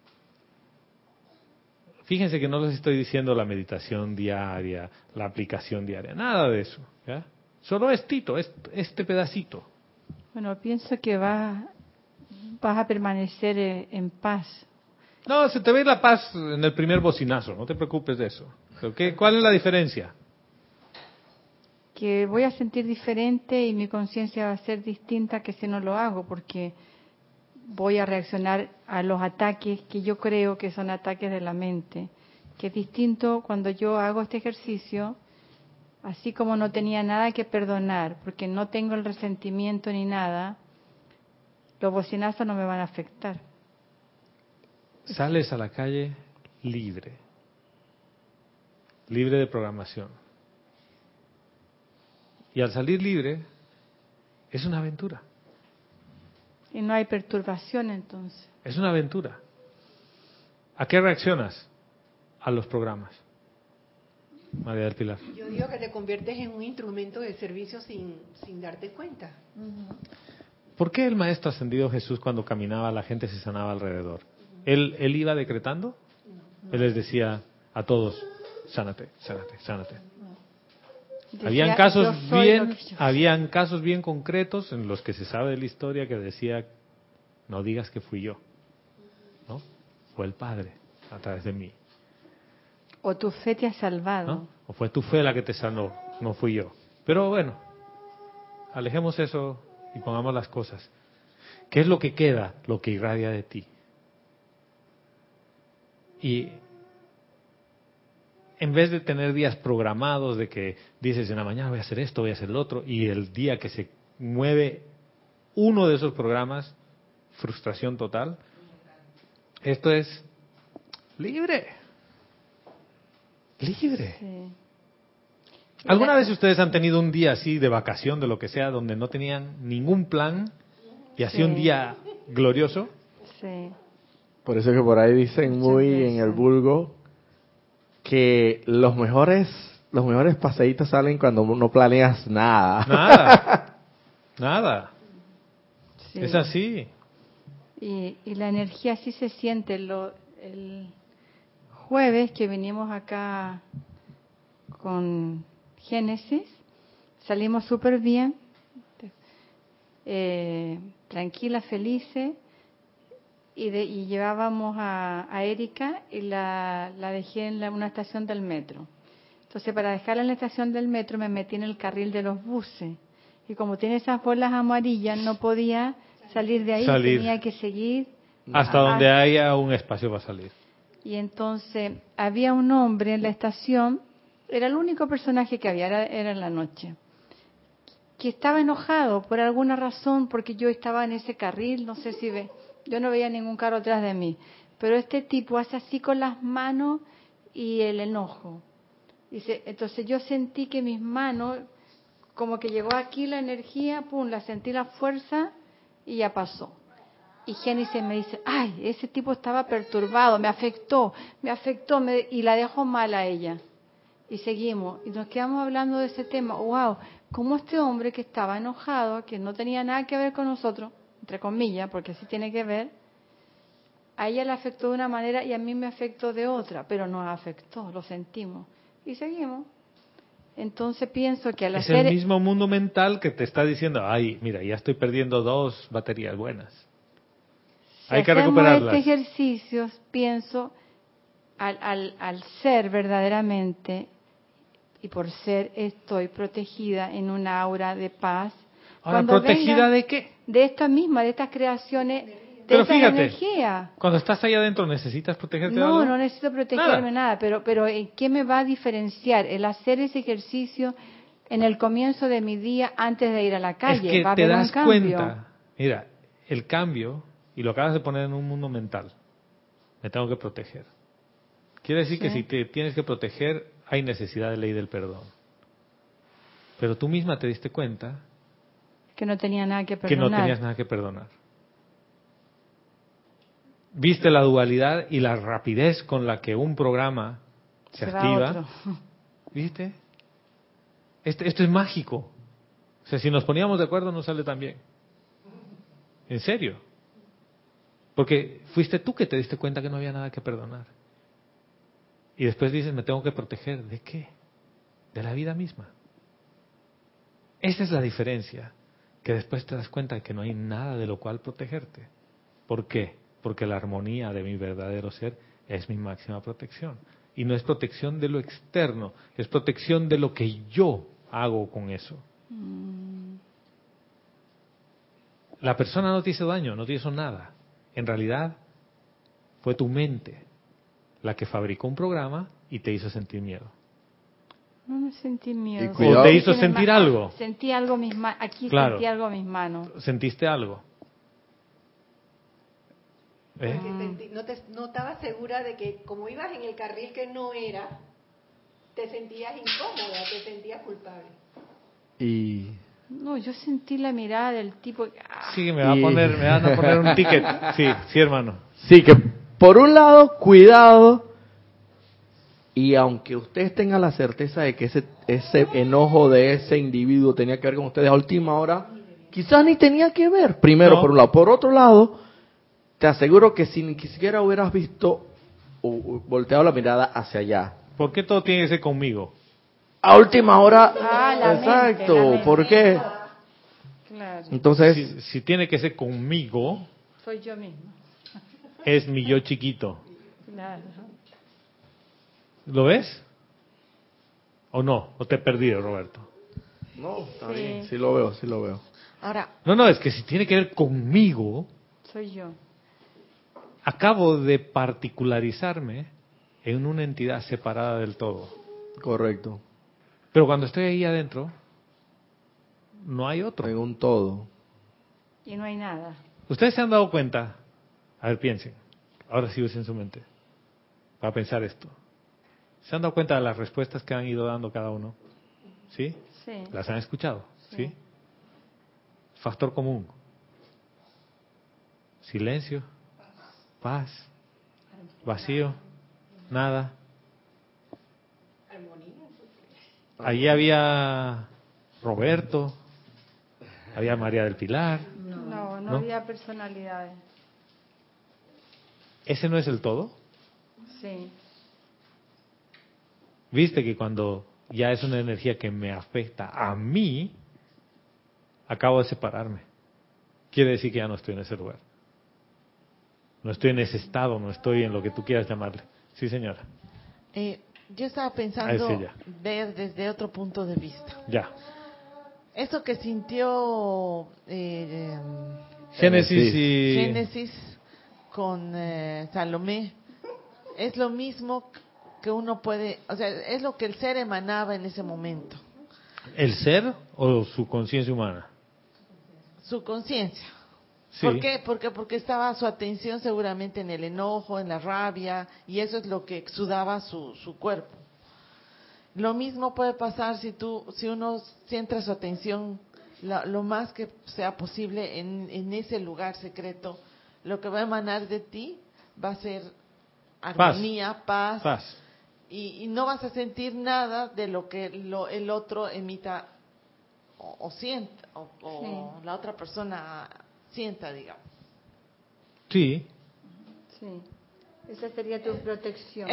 Fíjense que no les estoy diciendo la meditación diaria, la aplicación diaria, nada de eso. ¿Ya? Solo este pedacito. Bueno, pienso que vas a permanecer en paz No, se te ve la paz en el primer bocinazo, no te preocupes de eso. ¿Cuál es la diferencia? Que voy a sentir diferente y mi conciencia va a ser distinta que si no lo hago, porque voy a reaccionar a los ataques que yo creo que son ataques de la mente, que es distinto cuando yo hago este ejercicio, así como no tenía nada que perdonar, porque no tengo el resentimiento ni nada, los bocinazos no me van a afectar. Sales a la calle libre de programación. Y al salir libre, es una aventura. Y no hay perturbación entonces. Es una aventura. ¿A qué reaccionas? A los programas. María del Pilar. Yo digo que te conviertes en un instrumento de servicio sin darte cuenta. ¿Por qué el Maestro Ascendido Jesús, cuando caminaba, la gente se sanaba alrededor? ¿Él iba decretando? Él les decía a todos, sánate, sánate, sánate. Decía, habían casos bien concretos en los que se sabe de la historia que decía, no digas que fui yo, ¿no? Fue el Padre a través de mí. O tu fe te ha salvado. ¿No? O fue tu fe la que te sanó, no fui yo. Pero bueno, alejemos eso y pongamos las cosas. ¿Qué es lo que queda? Lo que irradia de ti. Y en vez de tener días programados de que dices en la mañana voy a hacer esto, voy a hacer lo otro, y el día que se mueve uno de esos programas, frustración total, esto es libre. Libre. Sí. ¿Alguna vez ustedes han tenido un día así de vacación, de lo que sea, donde no tenían ningún plan y así un día glorioso? Sí. Por eso que por ahí dicen muy en el vulgo que los mejores paseitos salen cuando no planeas nada. Nada. Sí. Es así. Y la energía sí se siente. El jueves que vinimos acá con Génesis, salimos súper bien, tranquilas, felices, y llevábamos a Erika y la dejé en una estación del metro. Entonces, para dejarla en la estación del metro me metí en el carril de los buses. Y como tiene esas bolas amarillas, no podía salir de ahí, tenía que seguir. Hasta donde haya un espacio para salir. Y entonces había un hombre en la estación, era el único personaje que había, era en la noche, que estaba enojado por alguna razón, porque yo estaba en ese carril, no sé si ve, yo no veía ningún carro atrás de mí, pero este tipo hace así con las manos y el enojo. Dice, entonces yo sentí que mis manos, como que llegó aquí la energía, pum, la sentí la fuerza y ya pasó. Y Génesis me dice, ay, ese tipo estaba perturbado, me afectó, y la dejó mal a ella. Y seguimos, y nos quedamos hablando de ese tema. Wow, cómo este hombre que estaba enojado, que no tenía nada que ver con nosotros, entre comillas, porque sí tiene que ver, a ella le afectó de una manera y a mí me afectó de otra, pero nos afectó, lo sentimos. Y seguimos. Entonces pienso que al hacer... Es el mismo mundo mental que te está diciendo, ay, mira, ya estoy perdiendo 2 baterías buenas. Si hay que hacemos recuperarlas. este ejercicio, pienso, al ser verdaderamente, y por ser estoy protegida en una aura de paz. Ahora, ¿protegida de qué? De esta misma, de estas creaciones, de pero esta fíjate, energía. Cuando estás ahí adentro, ¿necesitas protegerte de algo? No necesito protegerme nada, pero ¿en qué me va a diferenciar el hacer ese ejercicio en el comienzo de mi día antes de ir a la calle? Es que va a te haber das un cambio. cuenta, mira, el cambio, y lo acabas de poner en un mundo mental, me tengo que proteger. Quiere decir que si te tienes que proteger, hay necesidad de ley del perdón. Pero tú misma te diste cuenta que no tenía nada que Que perdonar. no tenías nada que perdonar. Viste la dualidad y la rapidez con la que un programa se activa. ¿Viste? Esto es mágico. O sea, si nos poníamos de acuerdo no sale tan bien. En serio. Porque fuiste tú que te diste cuenta que no había nada que perdonar. Y después dices, me tengo que proteger. ¿De qué? De la vida misma. Esa es la diferencia. Que después te das cuenta de que no hay nada de lo cual protegerte. ¿Por qué? porque la armonía de mi verdadero ser es mi máxima protección. Y no es protección de lo externo, es protección de lo que yo hago con eso. La persona no te hizo daño, no te hizo nada. En realidad, fue tu mente la que fabricó un programa y te hizo sentir miedo. No me sentí miedo. ¿O te hizo sentir algo? Sentí algo aquí Claro. sentí algo en mis manos. ¿Sentiste algo? Porque no estabas segura de que como ibas en el carril que no era, te sentías incómoda, te sentías culpable. Y No, yo sentí la mirada del tipo. Sí, me van a poner un ticket. Sí, hermano. sí, que por un lado, cuidado, y aunque ustedes tengan la certeza de que ese enojo de ese individuo tenía que ver con ustedes a última hora, quizás ni tenía que ver, primero No. por un lado. Por otro lado, te aseguro que si ni siquiera hubieras visto o volteado la mirada hacia allá, ¿Por qué todo tiene que ser conmigo? a última hora, la exacto, mente. ¿por qué? Claro, Entonces, Si tiene que ser conmigo, soy yo misma. es mi yo chiquito. Claro. ¿Lo ves? ¿O no? ¿O te he perdido, Roberto? no, está Sí. bien, sí lo veo. Ahora, No, es que si tiene que ver conmigo, Soy yo. acabo de particularizarme en una entidad separada del todo. Correcto, Pero cuando estoy ahí adentro, no hay otro. en un todo. Y no hay nada. ¿Ustedes se han dado cuenta? A ver, piensen. Ahora sí usen su mente para pensar esto. ¿Se han dado cuenta de las respuestas que han ido dando cada uno? ¿Sí? Sí. ¿Las han escuchado? Sí. ¿Sí? Factor común. Silencio, paz, vacío, nada. Allí había Roberto, había María del Pilar. No ¿No? había personalidades. ¿Ese no es el todo? Sí. Viste que cuando ya es una energía que me afecta a mí, acabo de separarme. Quiere decir que ya no estoy en ese lugar. No estoy en ese estado, no estoy en lo que tú quieras llamarle. Sí, señora. yo estaba Ah, es pensando ella. ver desde otro punto de vista. Ya. Eso que sintió Génesis y... Génesis con Salomé es lo mismo que uno puede, o sea, es lo que el ser emanaba en ese momento. ¿El ser o su conciencia humana? Su conciencia. Sí. ¿Por qué? Porque estaba su atención seguramente en el enojo, en la rabia, y eso es lo que exudaba su cuerpo. Lo mismo puede pasar si uno centra su atención lo más que sea posible en ese lugar secreto. Lo que va a emanar de ti va a ser armonía, paz. Y no vas a sentir nada de lo que el otro emita o sienta, o la otra persona sienta, digamos. Sí. Sí. Esa sería tu protección.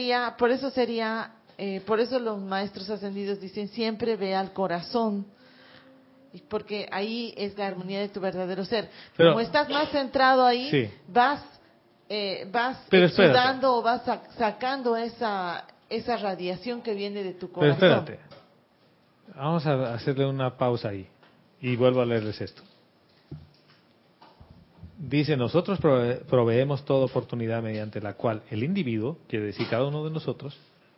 Por eso los maestros ascendidos dicen siempre ve al corazón, porque ahí es la armonía de tu verdadero ser. Pero, como estás más centrado ahí, sí. vas Pero exudando o vas sacando esa radiación que viene de tu Pero corazón. espérate. Vamos a hacerle una pausa ahí. Y vuelvo a leerles esto. Dice, nosotros proveemos toda oportunidad mediante la cual el individuo, quiere decir cada uno de nosotros,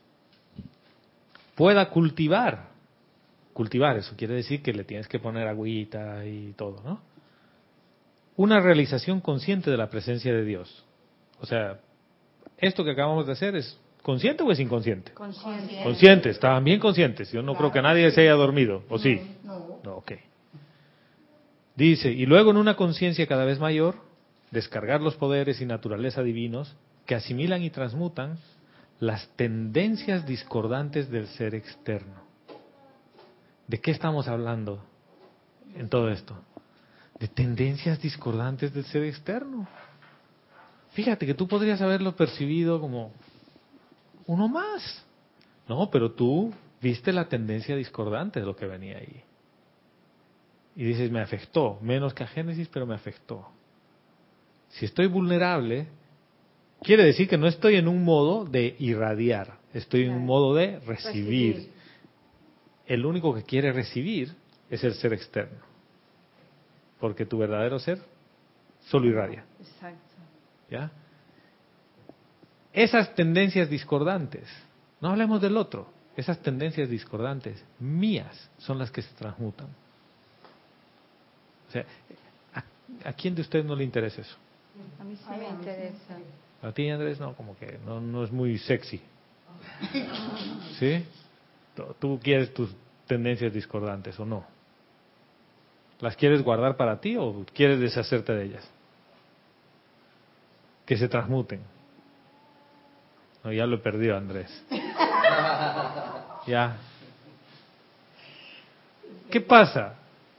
pueda cultivar. Cultivar, eso quiere decir que le tienes que poner agüita y todo, ¿no? Una realización consciente de la presencia de Dios. O sea, esto que acabamos de hacer es ¿consciente o es inconsciente? Consciente. Consciente, estaban bien conscientes. Yo no creo que nadie se haya dormido, ¿o sí? No, ok. Dice, y luego en una conciencia cada vez mayor, descargar los poderes y naturaleza divinos que asimilan y transmutan las tendencias discordantes del ser externo. ¿De qué estamos hablando en todo esto? De tendencias discordantes del ser externo. Fíjate que tú podrías haberlo percibido como uno más. No, pero tú viste la tendencia discordante de lo que venía ahí. Y dices, me afectó, menos que a Génesis, pero me afectó. Si estoy vulnerable, quiere decir que no estoy en un modo de irradiar, estoy en un modo de recibir. El único que quiere recibir es el ser externo, porque tu verdadero ser solo irradia. Exacto. ¿Ya? Esas tendencias discordantes, no hablemos del otro, esas tendencias discordantes mías son las que se transmutan. O sea, ¿a quién de ustedes no le interesa eso? A mí sí me interesa. A ti, Andrés, no, como que no es muy sexy. ¿Sí? ¿Tú quieres tus tendencias discordantes o no? ¿Las quieres guardar para ti o quieres deshacerte de ellas? Que se transmuten. No, ya lo he perdido, Andrés. Ya. ¿Qué pasa?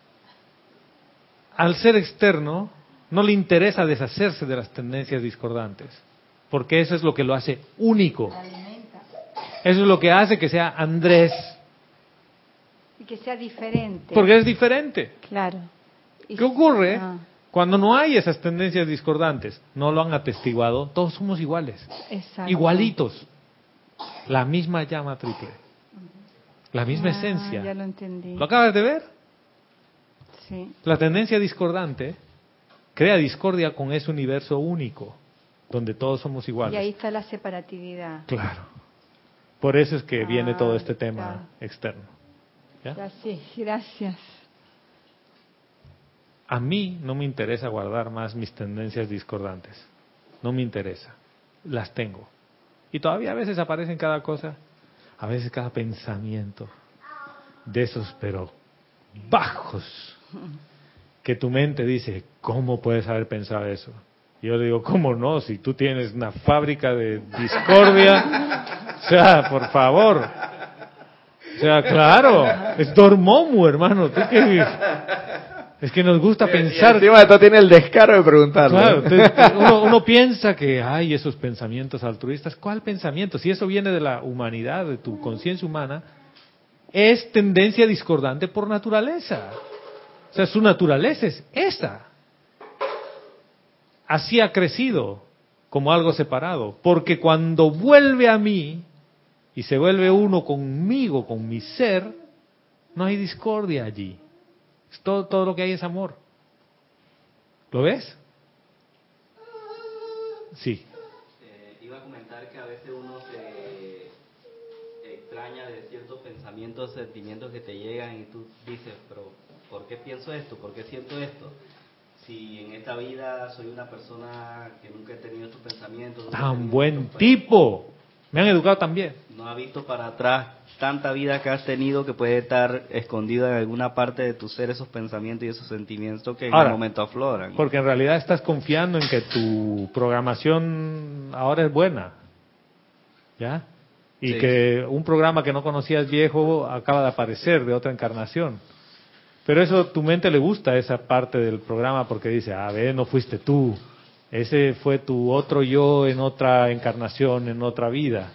Al ser externo, no le interesa deshacerse de las tendencias discordantes, porque eso es lo que lo hace único. Eso es lo que hace que sea Andrés. Y que sea diferente. Porque es diferente. Claro. ¿Qué ocurre cuando no hay esas tendencias discordantes? No lo han atestiguado. Todos somos iguales. Exacto. Igualitos. La misma llama triple. La misma esencia. Ya lo entendí. ¿Lo acabas de ver? Sí. La tendencia discordante crea discordia con ese universo único, donde todos somos iguales. Y ahí está la separatividad. Claro. Por eso es que viene todo este tema externo. ¿Ya? Ya, sí, gracias. A mí no me interesa guardar más mis tendencias discordantes. No me interesa. Las tengo. Y todavía a veces aparecen cada cosa, a veces cada pensamiento de esos, pero bajos, que tu mente dice, ¿cómo puedes haber pensado eso? Y yo le digo, ¿cómo no? Si tú tienes una fábrica de discordia, o sea, por favor. O sea, claro, es Dormammu, hermano. ¿Tú qué? Es que nos gusta pensar. Y encima de todo tiene el descaro de preguntarlo. Claro, uno piensa que hay esos pensamientos altruistas. ¿Cuál pensamiento? Si eso viene de la humanidad, de tu conciencia humana, es tendencia discordante por naturaleza. O sea, su naturaleza es esa. Así ha crecido como algo separado. Porque cuando vuelve a mí y se vuelve uno conmigo, con mi ser, no hay discordia allí. Todo lo que hay es amor. ¿Lo ves? Sí. Iba a comentar que a veces uno se extraña de ciertos pensamientos, sentimientos que te llegan y tú dices, pero ¿por qué pienso esto? ¿Por qué siento esto? Si en esta vida soy una persona que nunca he tenido estos pensamientos. Tan buen tipo. Me han educado también. No ha visto para atrás tanta vida que has tenido que puede estar escondido en alguna parte de tu ser esos pensamientos y esos sentimientos que en un momento afloran. Porque en realidad estás confiando en que tu programación ahora es buena. ¿Ya? Y que un programa que no conocías viejo acaba de aparecer de otra encarnación. Pero eso tu mente le gusta, esa parte del programa, porque dice, a ver, no fuiste tú. Ese fue tu otro yo en otra encarnación, en otra vida.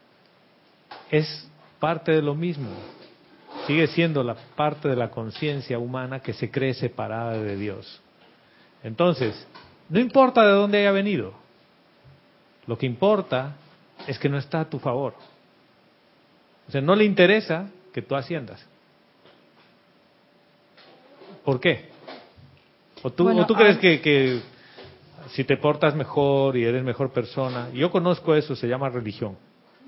Es parte de lo mismo. Sigue siendo la parte de la conciencia humana que se cree separada de Dios. Entonces, no importa de dónde haya venido. Lo que importa es que no está a tu favor. O sea, no le interesa que tú asciendas. ¿Por qué? ¿O tú crees que si te portas mejor y eres mejor persona? Yo conozco eso, se llama religión.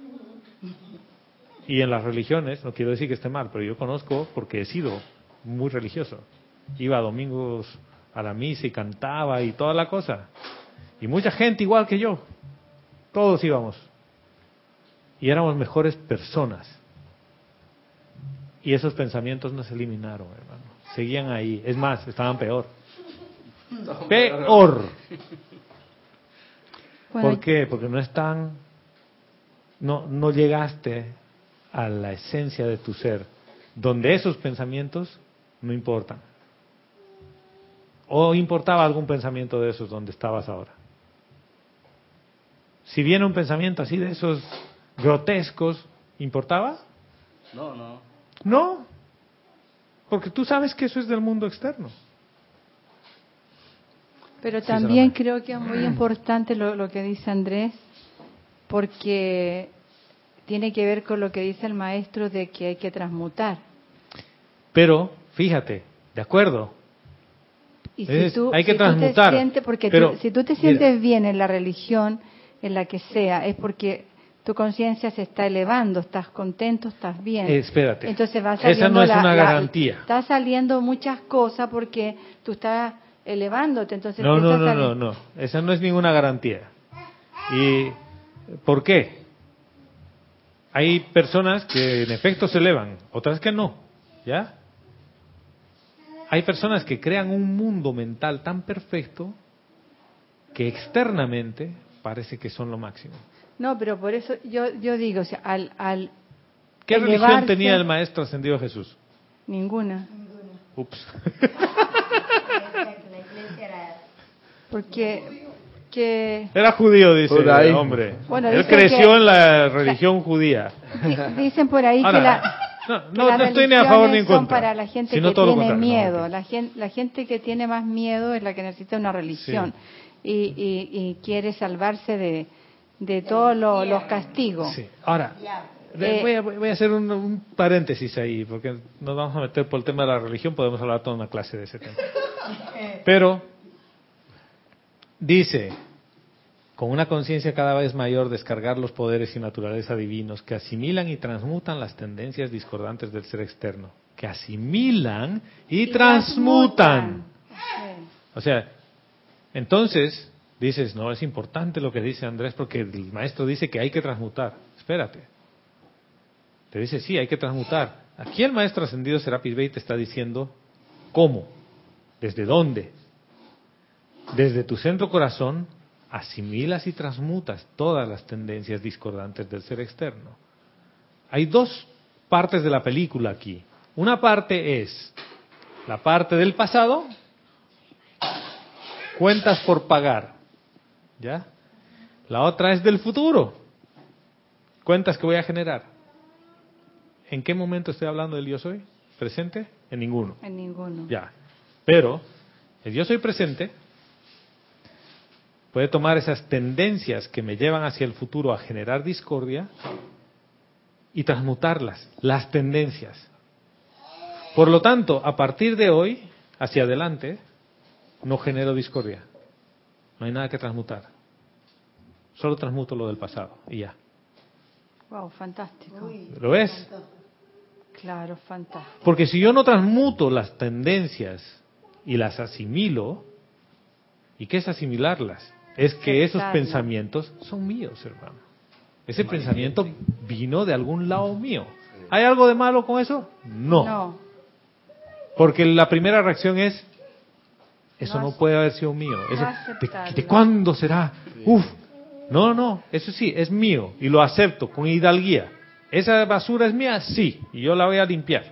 Y en las religiones, no quiero decir que esté mal, pero yo conozco porque he sido muy religioso. Iba domingos a la misa y cantaba y toda la cosa. Y mucha gente igual que yo. Todos íbamos. Y éramos mejores personas. Y esos pensamientos no se eliminaron, hermano. Seguían ahí. Es más, estaban peor. Peor. ¿Por qué? Porque no están... No llegaste a la esencia de tu ser, donde esos pensamientos no importan. ¿O importaba algún pensamiento de esos donde estabas ahora? Si viene un pensamiento así de esos grotescos, ¿importaba? No. No, porque tú sabes que eso es del mundo externo. Pero Sí, también Salomé. creo que es muy importante lo que dice Andrés, porque tiene que ver con lo que dice el maestro de que hay que transmutar. Pero, fíjate, de acuerdo. Y Es- si tú, hay que si tú transmutar, te sientes, porque pero, si tú te mira. sientes bien en la religión, en la que sea, es porque tu conciencia se está elevando, estás contento, estás bien. Espérate. Entonces va Esa saliendo no es una garantía. está saliendo muchas cosas porque tú estás elevándote, entonces No, no, empieza a no, salir- no, no. Esa no es ninguna garantía. ¿Y por qué? Hay personas que en efecto se elevan, otras que no. ¿Ya? Hay personas que crean un mundo mental tan perfecto que externamente parece que son lo máximo. No, pero por eso yo digo, o sea, al ¿Qué religión elevarse- tenía el maestro ascendido Jesús? Ninguna. Ups. La iglesia era... Porque que Era judío, dice el Judaísmo. hombre. Bueno, Él dicen creció que- en la religión judía. dicen por ahí Ahora, que no las estoy ni a favor ni en religiones son contra, para la gente sino que todo lo tiene contrario. No, miedo. mentira. La gente que tiene más miedo es la que necesita una religión y quiere salvarse de todos los castigos. Sí. Ahora, voy a hacer un paréntesis ahí, porque nos vamos a meter por el tema de la religión, podemos hablar toda una clase de ese tema. Pero, dice, con una conciencia cada vez mayor, descargar los poderes y naturaleza divinos que asimilan y transmutan las tendencias discordantes del ser externo. Que asimilan y transmutan. O sea, entonces, dices, no, es importante lo que dice Andrés porque el maestro dice que hay que transmutar. Espérate. Te dice, sí, hay que transmutar. Aquí el maestro ascendido Serapis Bey te está diciendo, ¿cómo? ¿Desde dónde? Desde tu centro corazón, asimilas y transmutas todas las tendencias discordantes del ser externo. Hay dos partes de la película aquí. Una parte es la parte del pasado, cuentas por pagar, ¿ya? La otra es del futuro, cuentas que voy a generar. ¿En qué momento estoy hablando del yo soy? ¿Presente? En ninguno. En ninguno. Ya. Pero el yo soy presente puede tomar esas tendencias que me llevan hacia el futuro a generar discordia y transmutarlas, las tendencias. Por lo tanto, a partir de hoy, hacia adelante, no genero discordia. No hay nada que transmutar. Solo transmuto lo del pasado y ya. Wow, fantástico. ¿Lo ves? Claro, fantástico. Porque si yo no transmuto las tendencias y las asimilo, ¿y qué es asimilarlas? Es que esos Aceptarlo. pensamientos son míos, hermano. Ese pensamiento vino de algún lado mío. ¿Hay algo de malo con eso? No. Porque la primera reacción es, eso no puede haber sido mío. Eso, ¿de cuándo será? Uf. No, eso sí, es mío y lo acepto con hidalguía. ¿Esa basura es mía? Sí, y yo la voy a limpiar.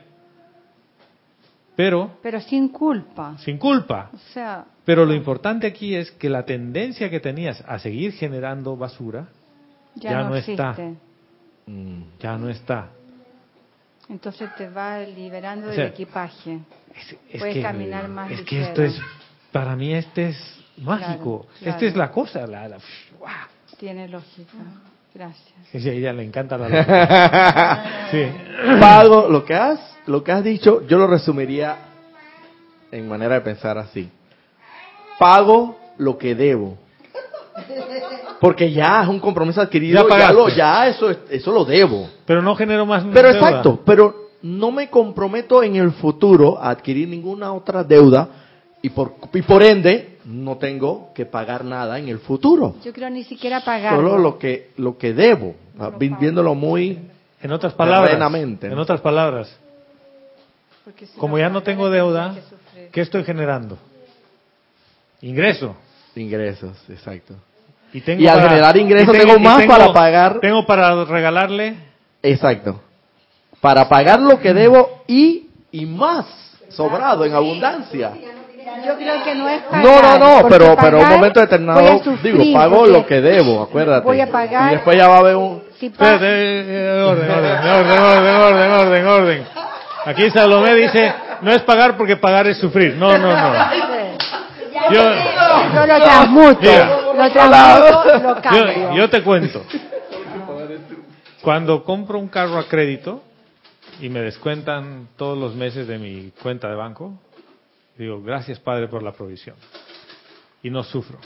Pero sin culpa. Sin culpa. O sea, pero lo importante aquí es que la tendencia que tenías a seguir generando basura ya no está. Ya no está. Entonces te va liberando O sea, del equipaje. Es Puedes que, caminar más es que ligero. esto es, para mí este es mágico. Claro. Esta es la cosa. ¡Wow! Tiene lógica. Gracias. Sí, a ella le encanta la lógica. Sí. Pago, lo que has dicho, yo lo resumiría en manera de pensar así. Pago lo que debo. Porque ya es un compromiso adquirido, eso lo debo. Pero no genero más Pero deuda. exacto, pero no me comprometo en el futuro a adquirir ninguna otra deuda y por ende no tengo que pagar nada en el futuro. Yo creo ni siquiera pagarlo. Solo lo que debo, viéndolo muy en otras palabras, terrenamente, ¿no? En otras palabras, como ya no tengo deuda, ¿qué estoy generando? Ingresos, exacto. Y al generar ingresos tengo más para pagar. Tengo para regalarle. Exacto. Para pagar lo que debo y más, sobrado, en abundancia. Yo creo que no es pagar. No, pero un momento determinado, pago lo que debo, acuérdate. Voy a pagar. Y después ya va a haber un... Orden. Aquí Salomé dice, no es pagar porque pagar es sufrir. No. Yo lo transmuto, Mira. lo cambio. Yo te cuento. Cuando compro un carro a crédito y me descuentan todos los meses de mi cuenta de banco, digo, gracias Padre por la provisión. Y no sufro.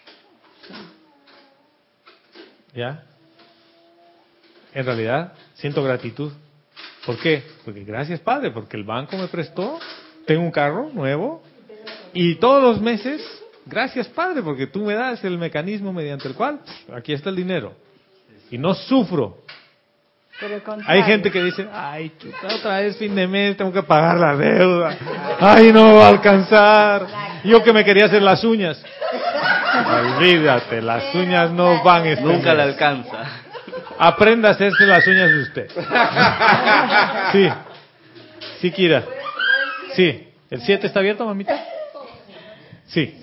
¿Ya? En realidad, siento gratitud. ¿Por qué? Porque gracias Padre, porque el banco me prestó, tengo un carro nuevo y todos los meses, gracias Padre, porque tú me das el mecanismo mediante el cual, aquí está el dinero. Y no sufro. Pero al contrario. Hay gente que dice, ay, chuta, otra vez fin de mes, tengo que pagar la deuda. Ay, no me va a alcanzar. Yo que me quería hacer las uñas. Olvídate, las uñas no van este Nunca le mes. alcanza. Aprenda a hacerse las uñas de usted. Sí. Sí, Kira. Sí. ¿El 7 está abierto, mamita? Sí.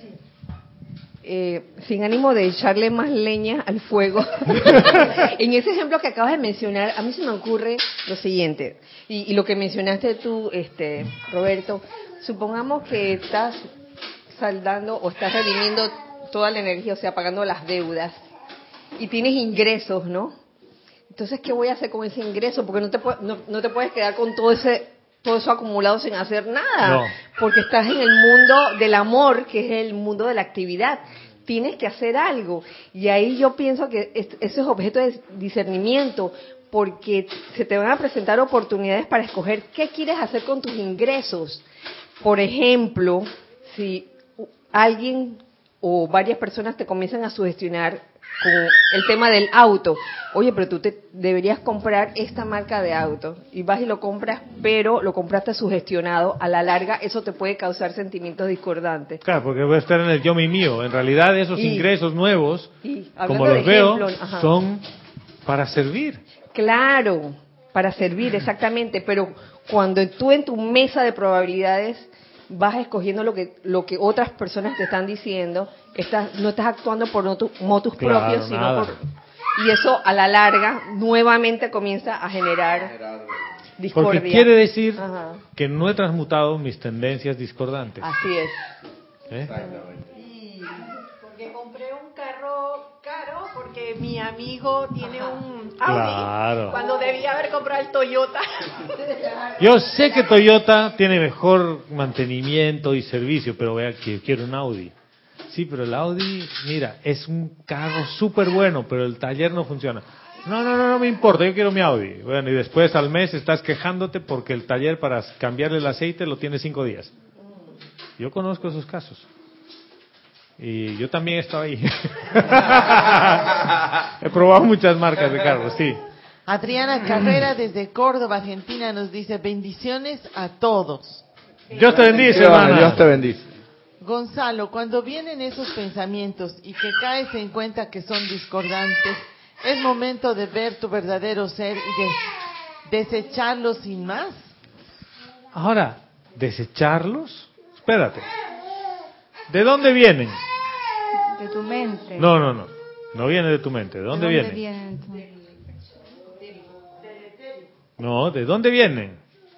Sin ánimo de echarle más leña al fuego, en ese ejemplo que acabas de mencionar, a mí se me ocurre lo siguiente, y lo que mencionaste tú, Roberto, supongamos que estás saldando o estás redimiendo toda la energía, o sea, pagando las deudas, y tienes ingresos, ¿no? Entonces, ¿qué voy a hacer con ese ingreso? Porque no te puedes quedar con todo eso acumulado sin hacer nada, No. porque estás en el mundo del amor, que es el mundo de la actividad. Tienes que hacer algo. Y ahí yo pienso que eso es objeto de discernimiento, porque se te van a presentar oportunidades para escoger qué quieres hacer con tus ingresos. Por ejemplo, si alguien o varias personas te comienzan a sugestionar con el tema del auto. Oye, pero tú te deberías comprar esta marca de auto. Y vas y lo compras, pero lo compraste sugestionado. A la larga, eso te puede causar sentimientos discordantes. Claro, porque voy a estar en el yo, mi, mío. En realidad, esos ingresos nuevos, como los veo, son para servir. Claro, para servir, exactamente. Pero cuando tú en tu mesa de probabilidades vas escogiendo lo que otras personas te están diciendo, no estás actuando por motus propios, sino y eso a la larga nuevamente comienza a generar discordia. Porque quiere decir que no he transmutado mis tendencias discordantes. Así es. Sí, porque compré un carro caro porque mi amigo tiene un Audi, Claro. cuando debía haber comprado el Toyota. Yo sé que Toyota tiene mejor mantenimiento y servicio, pero vea que yo quiero un Audi. Sí, pero el Audi, mira, es un carro súper bueno, pero el taller no funciona. No me importa, yo quiero mi Audi. Bueno, y después al mes estás quejándote porque el taller para cambiarle el aceite lo tiene 5 días. Yo conozco esos casos. Y yo también he estado ahí. He probado muchas marcas de carros, sí. Adriana Carrera desde Córdoba, Argentina, nos dice bendiciones a todos. Dios te bendice, hermana. Dios te bendice. Gonzalo, cuando vienen esos pensamientos y que caes en cuenta que son discordantes, es momento de ver tu verdadero ser y de desecharlos sin más. Ahora, ¿desecharlos? Espérate. ¿De dónde vienen? De tu mente. No. No viene de tu mente. ¿De dónde vienen? vienen? No, ¿de dónde vienen?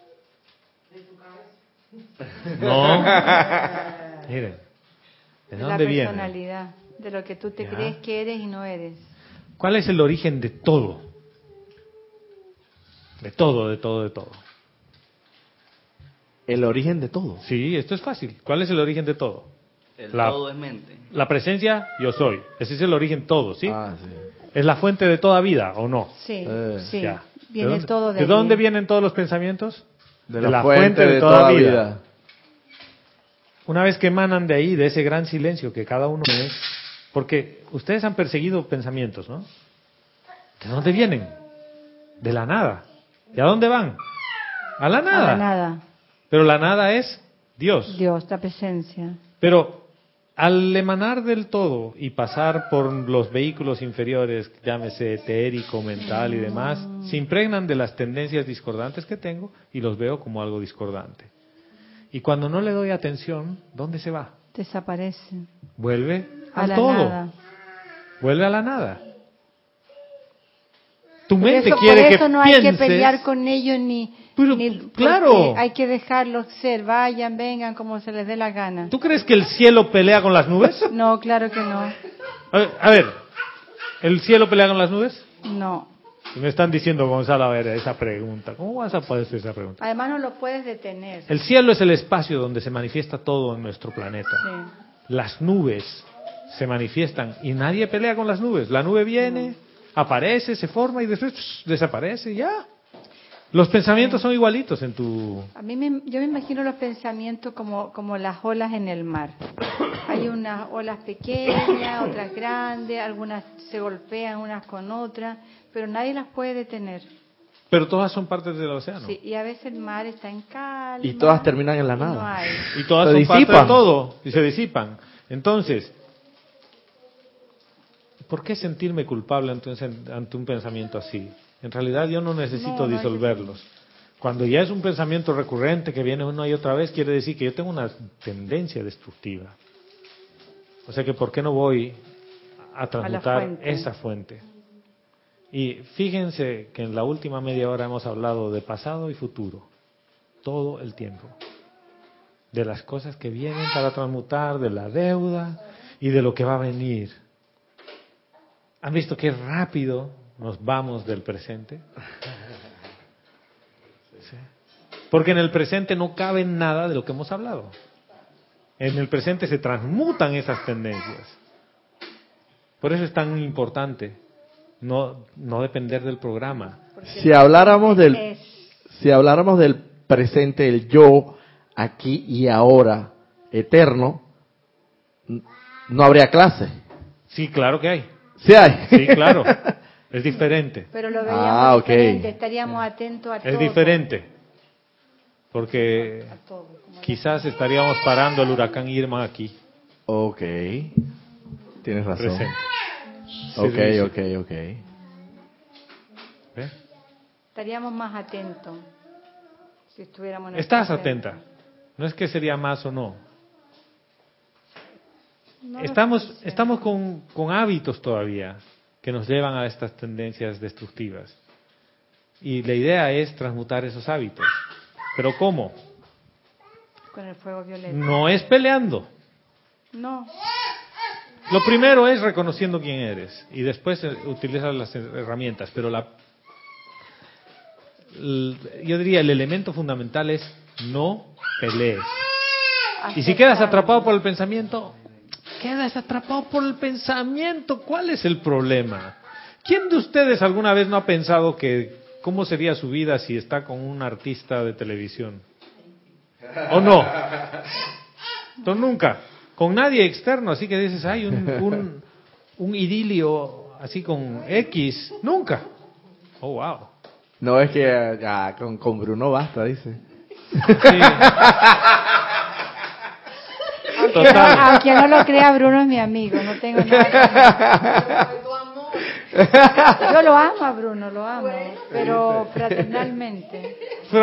No. Miren, ¿de La dónde vienen? personalidad, de lo que tú te Ya. crees que eres y no eres. ¿Cuál es el origen de todo? De todo. El origen de todo. Sí, esto es fácil. ¿Cuál es el origen de todo? Todo es mente. La presencia, yo soy. Ese es el origen todo, ¿sí? Sí. ¿Es la fuente de toda vida o no? Sí, sí. Ya. Viene todo ¿De dónde vienen todos los pensamientos? De la fuente de toda vida. Una vez que emanan de ahí, de ese gran silencio que cada uno es, porque ustedes han perseguido pensamientos, ¿no? ¿De dónde vienen? De la nada. ¿Y a dónde van? A la nada. A la nada. Pero la nada es Dios. Dios, la presencia. Pero al emanar del todo y pasar por los vehículos inferiores, llámese etérico, mental y demás, se impregnan de las tendencias discordantes que tengo y los veo como algo discordante. Y cuando no le doy atención, ¿dónde se va? Desaparece. Vuelve A al la todo. nada. Vuelve a la nada. Tu Por mente eso, quiere por que eso no hay que pienses. pelear con ellos ni Pero, Porque claro. hay que dejarlos ser, vayan, vengan, como se les dé la gana. ¿Tú crees que el cielo pelea con las nubes? No, claro que no. A ver, ¿el cielo pelea con las nubes? No. Y me están diciendo, Gonzalo, a ver, esa pregunta. ¿Cómo vas a poder hacer esa pregunta? Además no lo puedes detener. El cielo es el espacio donde se manifiesta todo en nuestro planeta. Sí. Las nubes se manifiestan y nadie pelea con las nubes. La nube viene, aparece, se forma y después desaparece, ya. Los pensamientos son igualitos en tu... Yo me imagino los pensamientos como las olas en el mar. Hay unas olas pequeñas, otras grandes, algunas se golpean unas con otras, pero nadie las puede detener. Pero todas son partes del océano. Sí, y a veces el mar está en calma. Y todas terminan en la y nada. no hay. Y todas Se son parte disipan. de todo y se disipan. Entonces, ¿por qué sentirme culpable ante un pensamiento así? En realidad yo no necesito disolverlos. Cuando ya es un pensamiento recurrente que viene una y otra vez, quiere decir que yo tengo una tendencia destructiva. O sea que ¿por qué no voy a transmutar esa fuente? Y fíjense que en la última media hora hemos hablado de pasado y futuro, todo el tiempo. De las cosas que vienen para transmutar, de la deuda y de lo que va a venir. ¿Han visto qué rápido nos vamos del presente? ¿Sí? Porque en el presente no cabe nada de lo que hemos hablado. En el presente se transmutan esas tendencias. Por eso es tan importante no depender del programa. Si habláramos del presente, el yo, aquí y ahora, eterno, no habría clase. Sí, claro que hay. Sí hay. Sí, claro. Es diferente. Pero lo veríamos okay. diferente, estaríamos atentos a todo. Es diferente. Porque quizás estaríamos parando el huracán Irma aquí. Ok. Tienes razón. Presente. Ok. ¿Ve? Estaríamos más atentos si estuviéramos en el Estás presente. atenta. No es que sería más o no. No Estamos con hábitos todavía que nos llevan a estas tendencias destructivas. Y la idea es transmutar esos hábitos. ¿Pero cómo? Con el fuego violeta. No es peleando. No. Lo primero es reconociendo quién eres y después utilizar las herramientas. Pero yo diría el elemento fundamental es no pelees. Y si quedas atrapado por el pensamiento, quedas atrapado por el pensamiento. ¿Cuál es el problema? ¿Quién de ustedes alguna vez no ha pensado que cómo sería su vida si está con un artista de televisión? ¿O no? No, nunca. Con nadie externo, así que dices, hay un idilio así con X. Nunca. Oh, wow. No es que con Bruno basta, dice. Sí. Aunque no lo crea, Bruno es mi amigo, no tengo nada que ver. Yo lo amo a Bruno, lo amo, pero fraternalmente.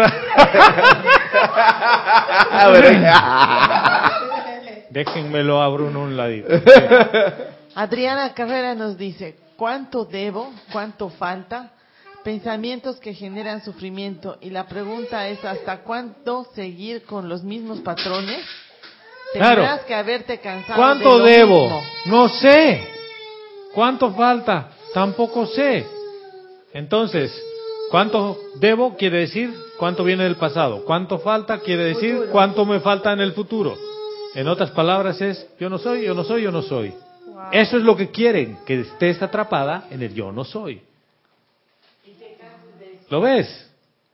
Déjenmelo a Bruno un ladito. Adriana Carrera nos dice, ¿cuánto debo? ¿Cuánto falta? Pensamientos que generan sufrimiento. Y la pregunta es, ¿hasta cuándo seguir con los mismos patrones? Tendrás que haberte cansado. ¿Cuánto de lo debo? mismo. No sé. ¿Cuánto falta? Tampoco sé. Entonces, ¿cuánto debo? Quiere decir cuánto viene del pasado. ¿Cuánto falta? Quiere decir cuánto me falta en el futuro. En otras palabras es, yo no soy, yo no soy, yo no soy. Wow. Eso es lo que quieren, que estés atrapada en el yo no soy. ¿Lo ves?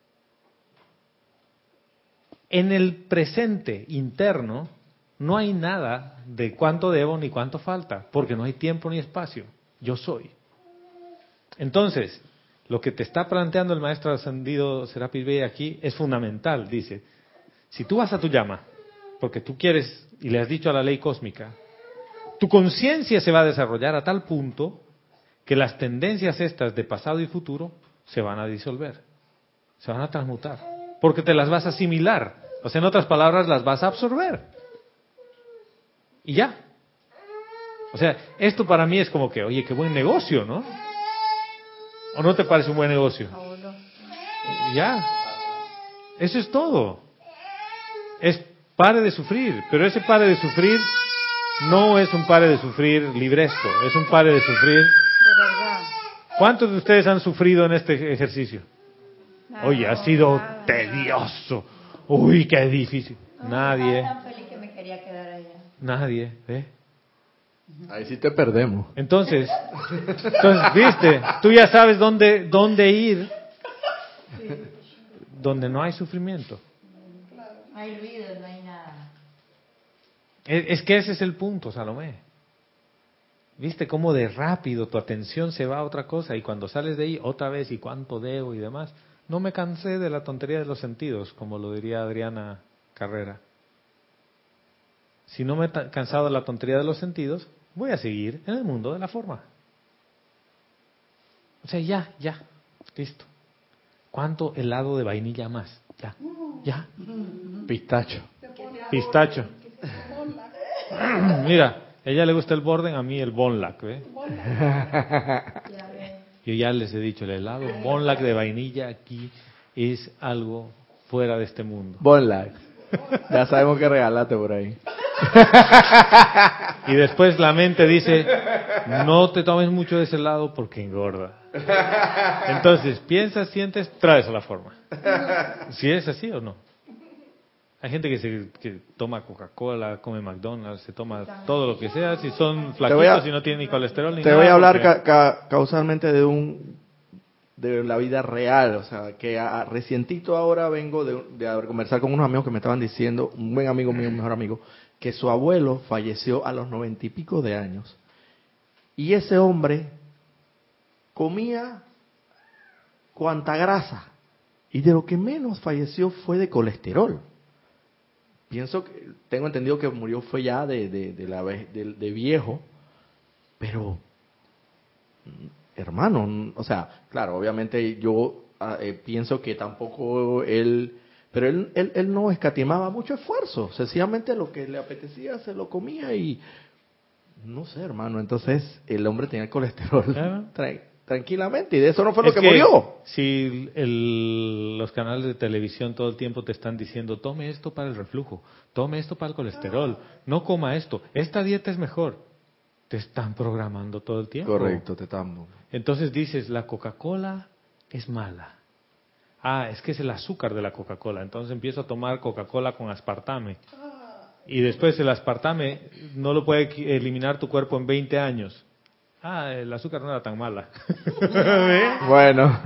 En el presente interno no hay nada de cuánto debo ni cuánto falta, porque no hay tiempo ni espacio. Yo soy. Entonces, lo que te está planteando el maestro ascendido Serapis Bey aquí es fundamental. Dice, si tú vas a tu llama, porque tú quieres y le has dicho a la ley cósmica, tu conciencia se va a desarrollar a tal punto que las tendencias estas de pasado y futuro se van a disolver, se van a transmutar, porque te las vas a asimilar. O sea, en otras palabras, las vas a absorber. Y ya. O sea, esto para mí es como que, oye, qué buen negocio, ¿no? ¿O no te parece un buen negocio? Ya. Eso es todo. Es pare de sufrir, pero ese pare de sufrir no es un pare de sufrir libresco, es un pare de sufrir. De verdad. ¿Cuántos de ustedes han sufrido en este ejercicio? Oye, ha sido tedioso. Uy, qué difícil. Nadie. Estaba tan feliz que me quería quedar allá. Nadie, ¿eh? Ahí sí te perdemos. Entonces, viste, tú ya sabes dónde ir, donde no hay sufrimiento. No hay ruido, no hay nada. Es que ese es el punto, Salomé. ¿Viste cómo de rápido tu atención se va a otra cosa y cuando sales de ahí otra vez y cuánto debo y demás? No me cansé de la tontería de los sentidos, como lo diría Adriana Carrera. Si no me he cansado de la tontería de los sentidos, voy a seguir en el mundo de la forma. O sea, ya, listo. ¿Cuánto helado de vainilla más? Ya. Pistacho. Mira, a ella le gusta el Borden, a mí el Bonlac, ¿eh? Yo ya les he dicho, el helado Bonlac de vainilla aquí es algo fuera de este mundo. Bonlac. Ya sabemos que regalaste por ahí. Y después la mente dice, no te tomes mucho de ese helado porque engorda. Entonces, piensas, sientes, traes a la forma. ¿Si es así o no? Hay gente que toma Coca-Cola, come McDonald's, se toma todo lo que sea, si son flaquitos y no tienen ni colesterol ni nada. Te voy a hablar causalmente de la vida real, o sea, que recientito ahora vengo de conversar con unos amigos que me estaban diciendo, un buen amigo mío, un mejor amigo, que su abuelo falleció a los 90 y pico de años. Y ese hombre comía cuanta grasa. Y de lo que menos falleció fue de colesterol. Pienso que, tengo entendido que murió fue ya de viejo. Pero, hermano, o sea, claro, obviamente yo pienso que tampoco él... Pero él no escatimaba mucho esfuerzo. Sencillamente lo que le apetecía se lo comía y... No sé, hermano. Entonces el hombre tenía el colesterol tranquilamente y de eso no fue lo que murió. Si los canales de televisión todo el tiempo te están diciendo, tome esto para el reflujo, tome esto para el colesterol, no coma esto, esta dieta es mejor. Te están programando todo el tiempo. Correcto, te están... Entonces dices, la Coca-Cola es mala. Es que es el azúcar de la Coca-Cola. Entonces empiezo a tomar Coca-Cola con aspartame. Y después el aspartame no lo puede eliminar tu cuerpo en 20 años. El azúcar no era tan mala. Bueno.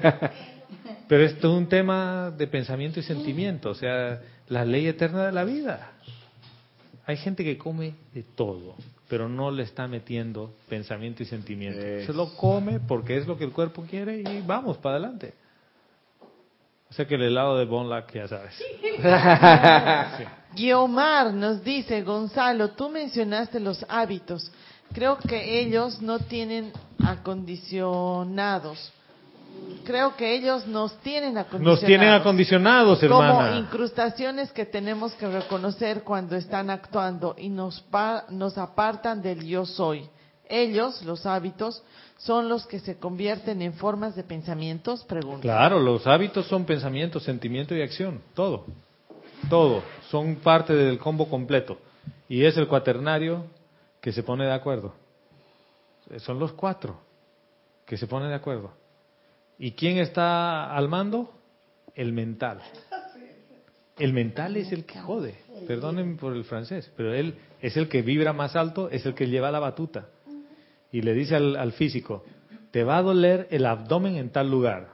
Pero esto es un tema de pensamiento y sentimiento. O sea, la ley eterna de la vida. Hay gente que come de todo, pero no le está metiendo pensamiento y sentimiento. Se lo come porque es lo que el cuerpo quiere y vamos para adelante. O sea que el helado de Bonlac, ya sabes. Sí. Guiomar nos dice, Gonzalo, tú mencionaste los hábitos. Creo que ellos no tienen acondicionados. Creo que ellos nos tienen acondicionados. Nos tienen acondicionados, hermana. Como incrustaciones que tenemos que reconocer cuando están actuando y nos apartan del yo soy. Ellos, los hábitos, son los que se convierten en formas de pensamientos, pregunta. Claro, los hábitos son pensamiento, sentimiento y acción. Todo. Son parte del combo completo. Y es el cuaternario que se pone de acuerdo. Son los 4 que se ponen de acuerdo. ¿Y quién está al mando? El mental. El mental es el que jode. Perdonen por el francés, pero él es el que vibra más alto, es el que lleva la batuta. Y le dice al físico, te va a doler el abdomen en tal lugar.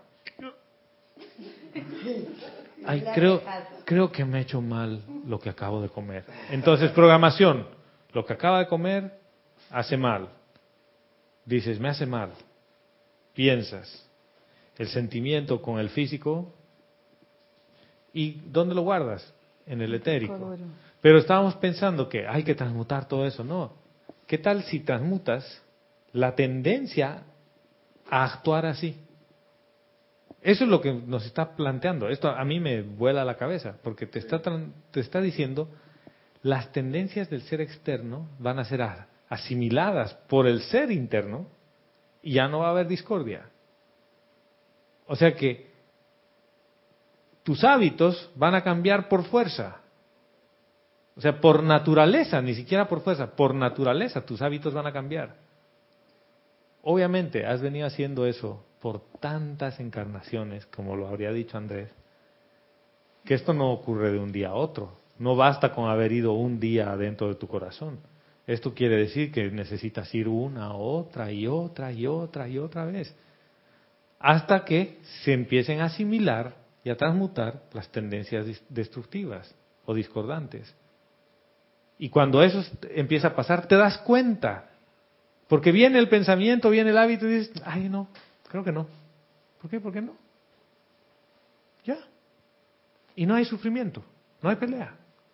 Creo que me he hecho mal lo que acabo de comer. Entonces, programación. Lo que acaba de comer hace mal. Dices, me hace mal. Piensas. El sentimiento con el físico. ¿Y dónde lo guardas? En el etérico. Pero estábamos pensando que hay que transmutar todo eso. No. ¿Qué tal si transmutas la tendencia a actuar así? Eso es lo que nos está planteando. Esto a mí me vuela la cabeza, porque te está diciendo las tendencias del ser externo van a ser asimiladas por el ser interno y ya no va a haber discordia. O sea que tus hábitos van a cambiar por fuerza. O sea, por naturaleza, ni siquiera por fuerza, por naturaleza tus hábitos van a cambiar. Obviamente has venido haciendo eso por tantas encarnaciones, como lo habría dicho Andrés, que esto no ocurre de un día a otro. No basta con haber ido un día adentro de tu corazón. Esto quiere decir que necesitas ir una, otra y otra y otra y otra vez, hasta que se empiecen a asimilar y a transmutar las tendencias destructivas o discordantes. Y cuando eso empieza a pasar, te das cuenta, porque viene el pensamiento, viene el hábito y dices, ay no, creo que no. ¿Por qué? ¿Por qué no? Ya. Y no hay sufrimiento, no hay pelea.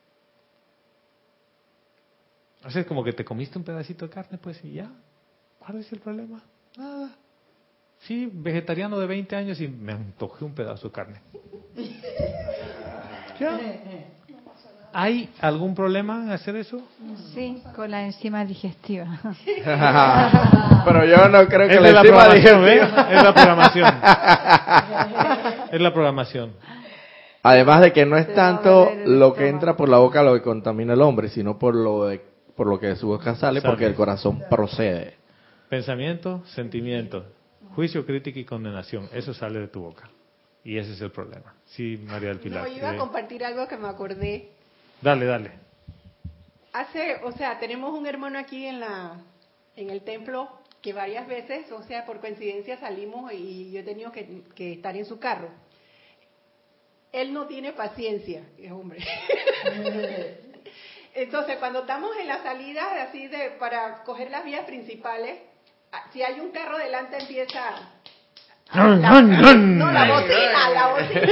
O sea, es como que te comiste un pedacito de carne, pues, y ya. ¿Cuál es el problema? Nada. Sí, vegetariano de 20 años y me antojé un pedazo de carne. ¿Ya? ¿Hay algún problema en hacer eso? Sí, con la enzima digestiva. Pero yo no creo que es la enzima digestiva... Es la programación. Es la programación. Además de que no es tanto lo que entra por la boca lo que contamina al hombre, sino por lo que de su boca sale, porque el corazón procede. Pensamiento, sentimiento, juicio, crítica y condenación. Eso sale de tu boca. Y ese es el problema. Sí, María del Pilar. No, yo iba a compartir algo que me acordé. Dale. Tenemos un hermano aquí en el templo que varias veces, por coincidencia salimos y yo he tenido que estar en su carro. Él no tiene paciencia, es hombre. Entonces, cuando estamos en la salida para coger las vías principales, si hay un carro delante empieza la bocina.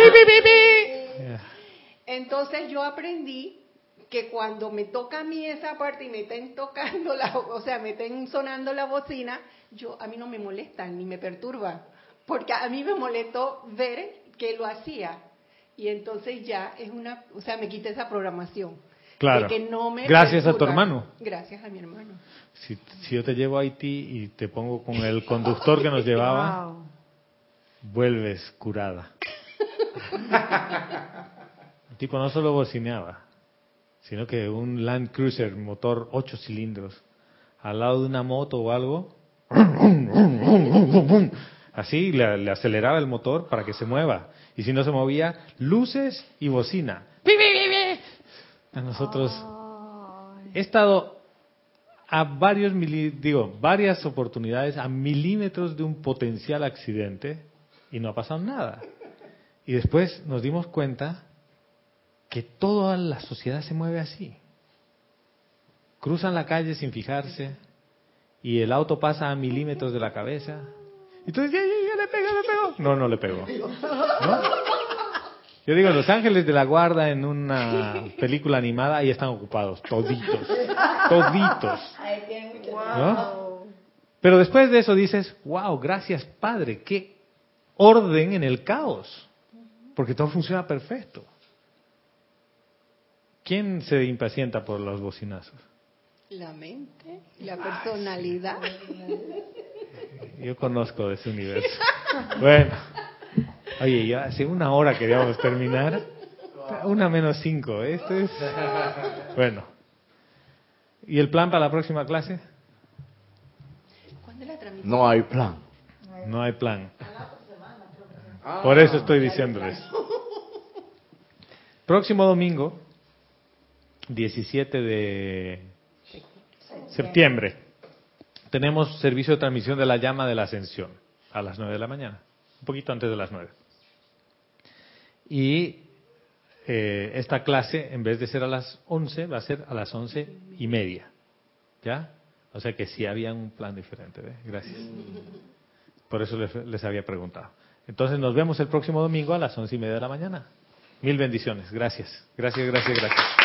Entonces yo aprendí que cuando me toca a mí esa parte y me estén tocando me estén sonando la bocina, a mí no me molesta ni me perturba, porque a mí me molestó ver que lo hacía y entonces ya me quité esa programación. Claro. De que no me gracias perturba. A tu hermano. Gracias a mi hermano. Si yo te llevo a Haití y te pongo con el conductor que nos llevaba, wow, vuelves curada. El tipo no solo bocineaba, sino que un Land Cruiser motor 8 cilindros al lado de una moto o algo, así le aceleraba el motor para que se mueva. Y si no se movía, luces y bocina. A nosotros he estado a varias oportunidades a milímetros de un potencial accidente y no ha pasado nada. Y después nos dimos cuenta que toda la sociedad se mueve así. Cruzan la calle sin fijarse y el auto pasa a milímetros de la cabeza. Entonces, ya le pegó. No le pegó. ¿No? Yo digo, Los Ángeles de la Guarda en una película animada, ahí están ocupados, toditos. ¿No? Pero después de eso dices, wow, gracias Padre, qué orden en el caos, porque todo funciona perfecto. ¿Quién se impacienta por los bocinazos? La mente, la personalidad. Yo conozco de ese universo. Bueno. Oye, ya hace 1 hora queríamos terminar. 1:05. Esto es... Bueno. ¿Y el plan para la próxima clase? ¿Cuándo es la transmisión? No hay plan. No hay plan. Por eso estoy diciéndoles. Próximo domingo, 17 de septiembre, tenemos servicio de transmisión de la llama de la ascensión a las 9 de la mañana. Un poquito antes de las 9. Y esta clase, en vez de ser a las 11, va a ser a las 11:30. ¿Ya? O sea que sí había un plan diferente. ¿Ve? Gracias. Por eso les había preguntado. Entonces nos vemos el próximo domingo a las 11:30 de la mañana. 1000 bendiciones. Gracias. Gracias.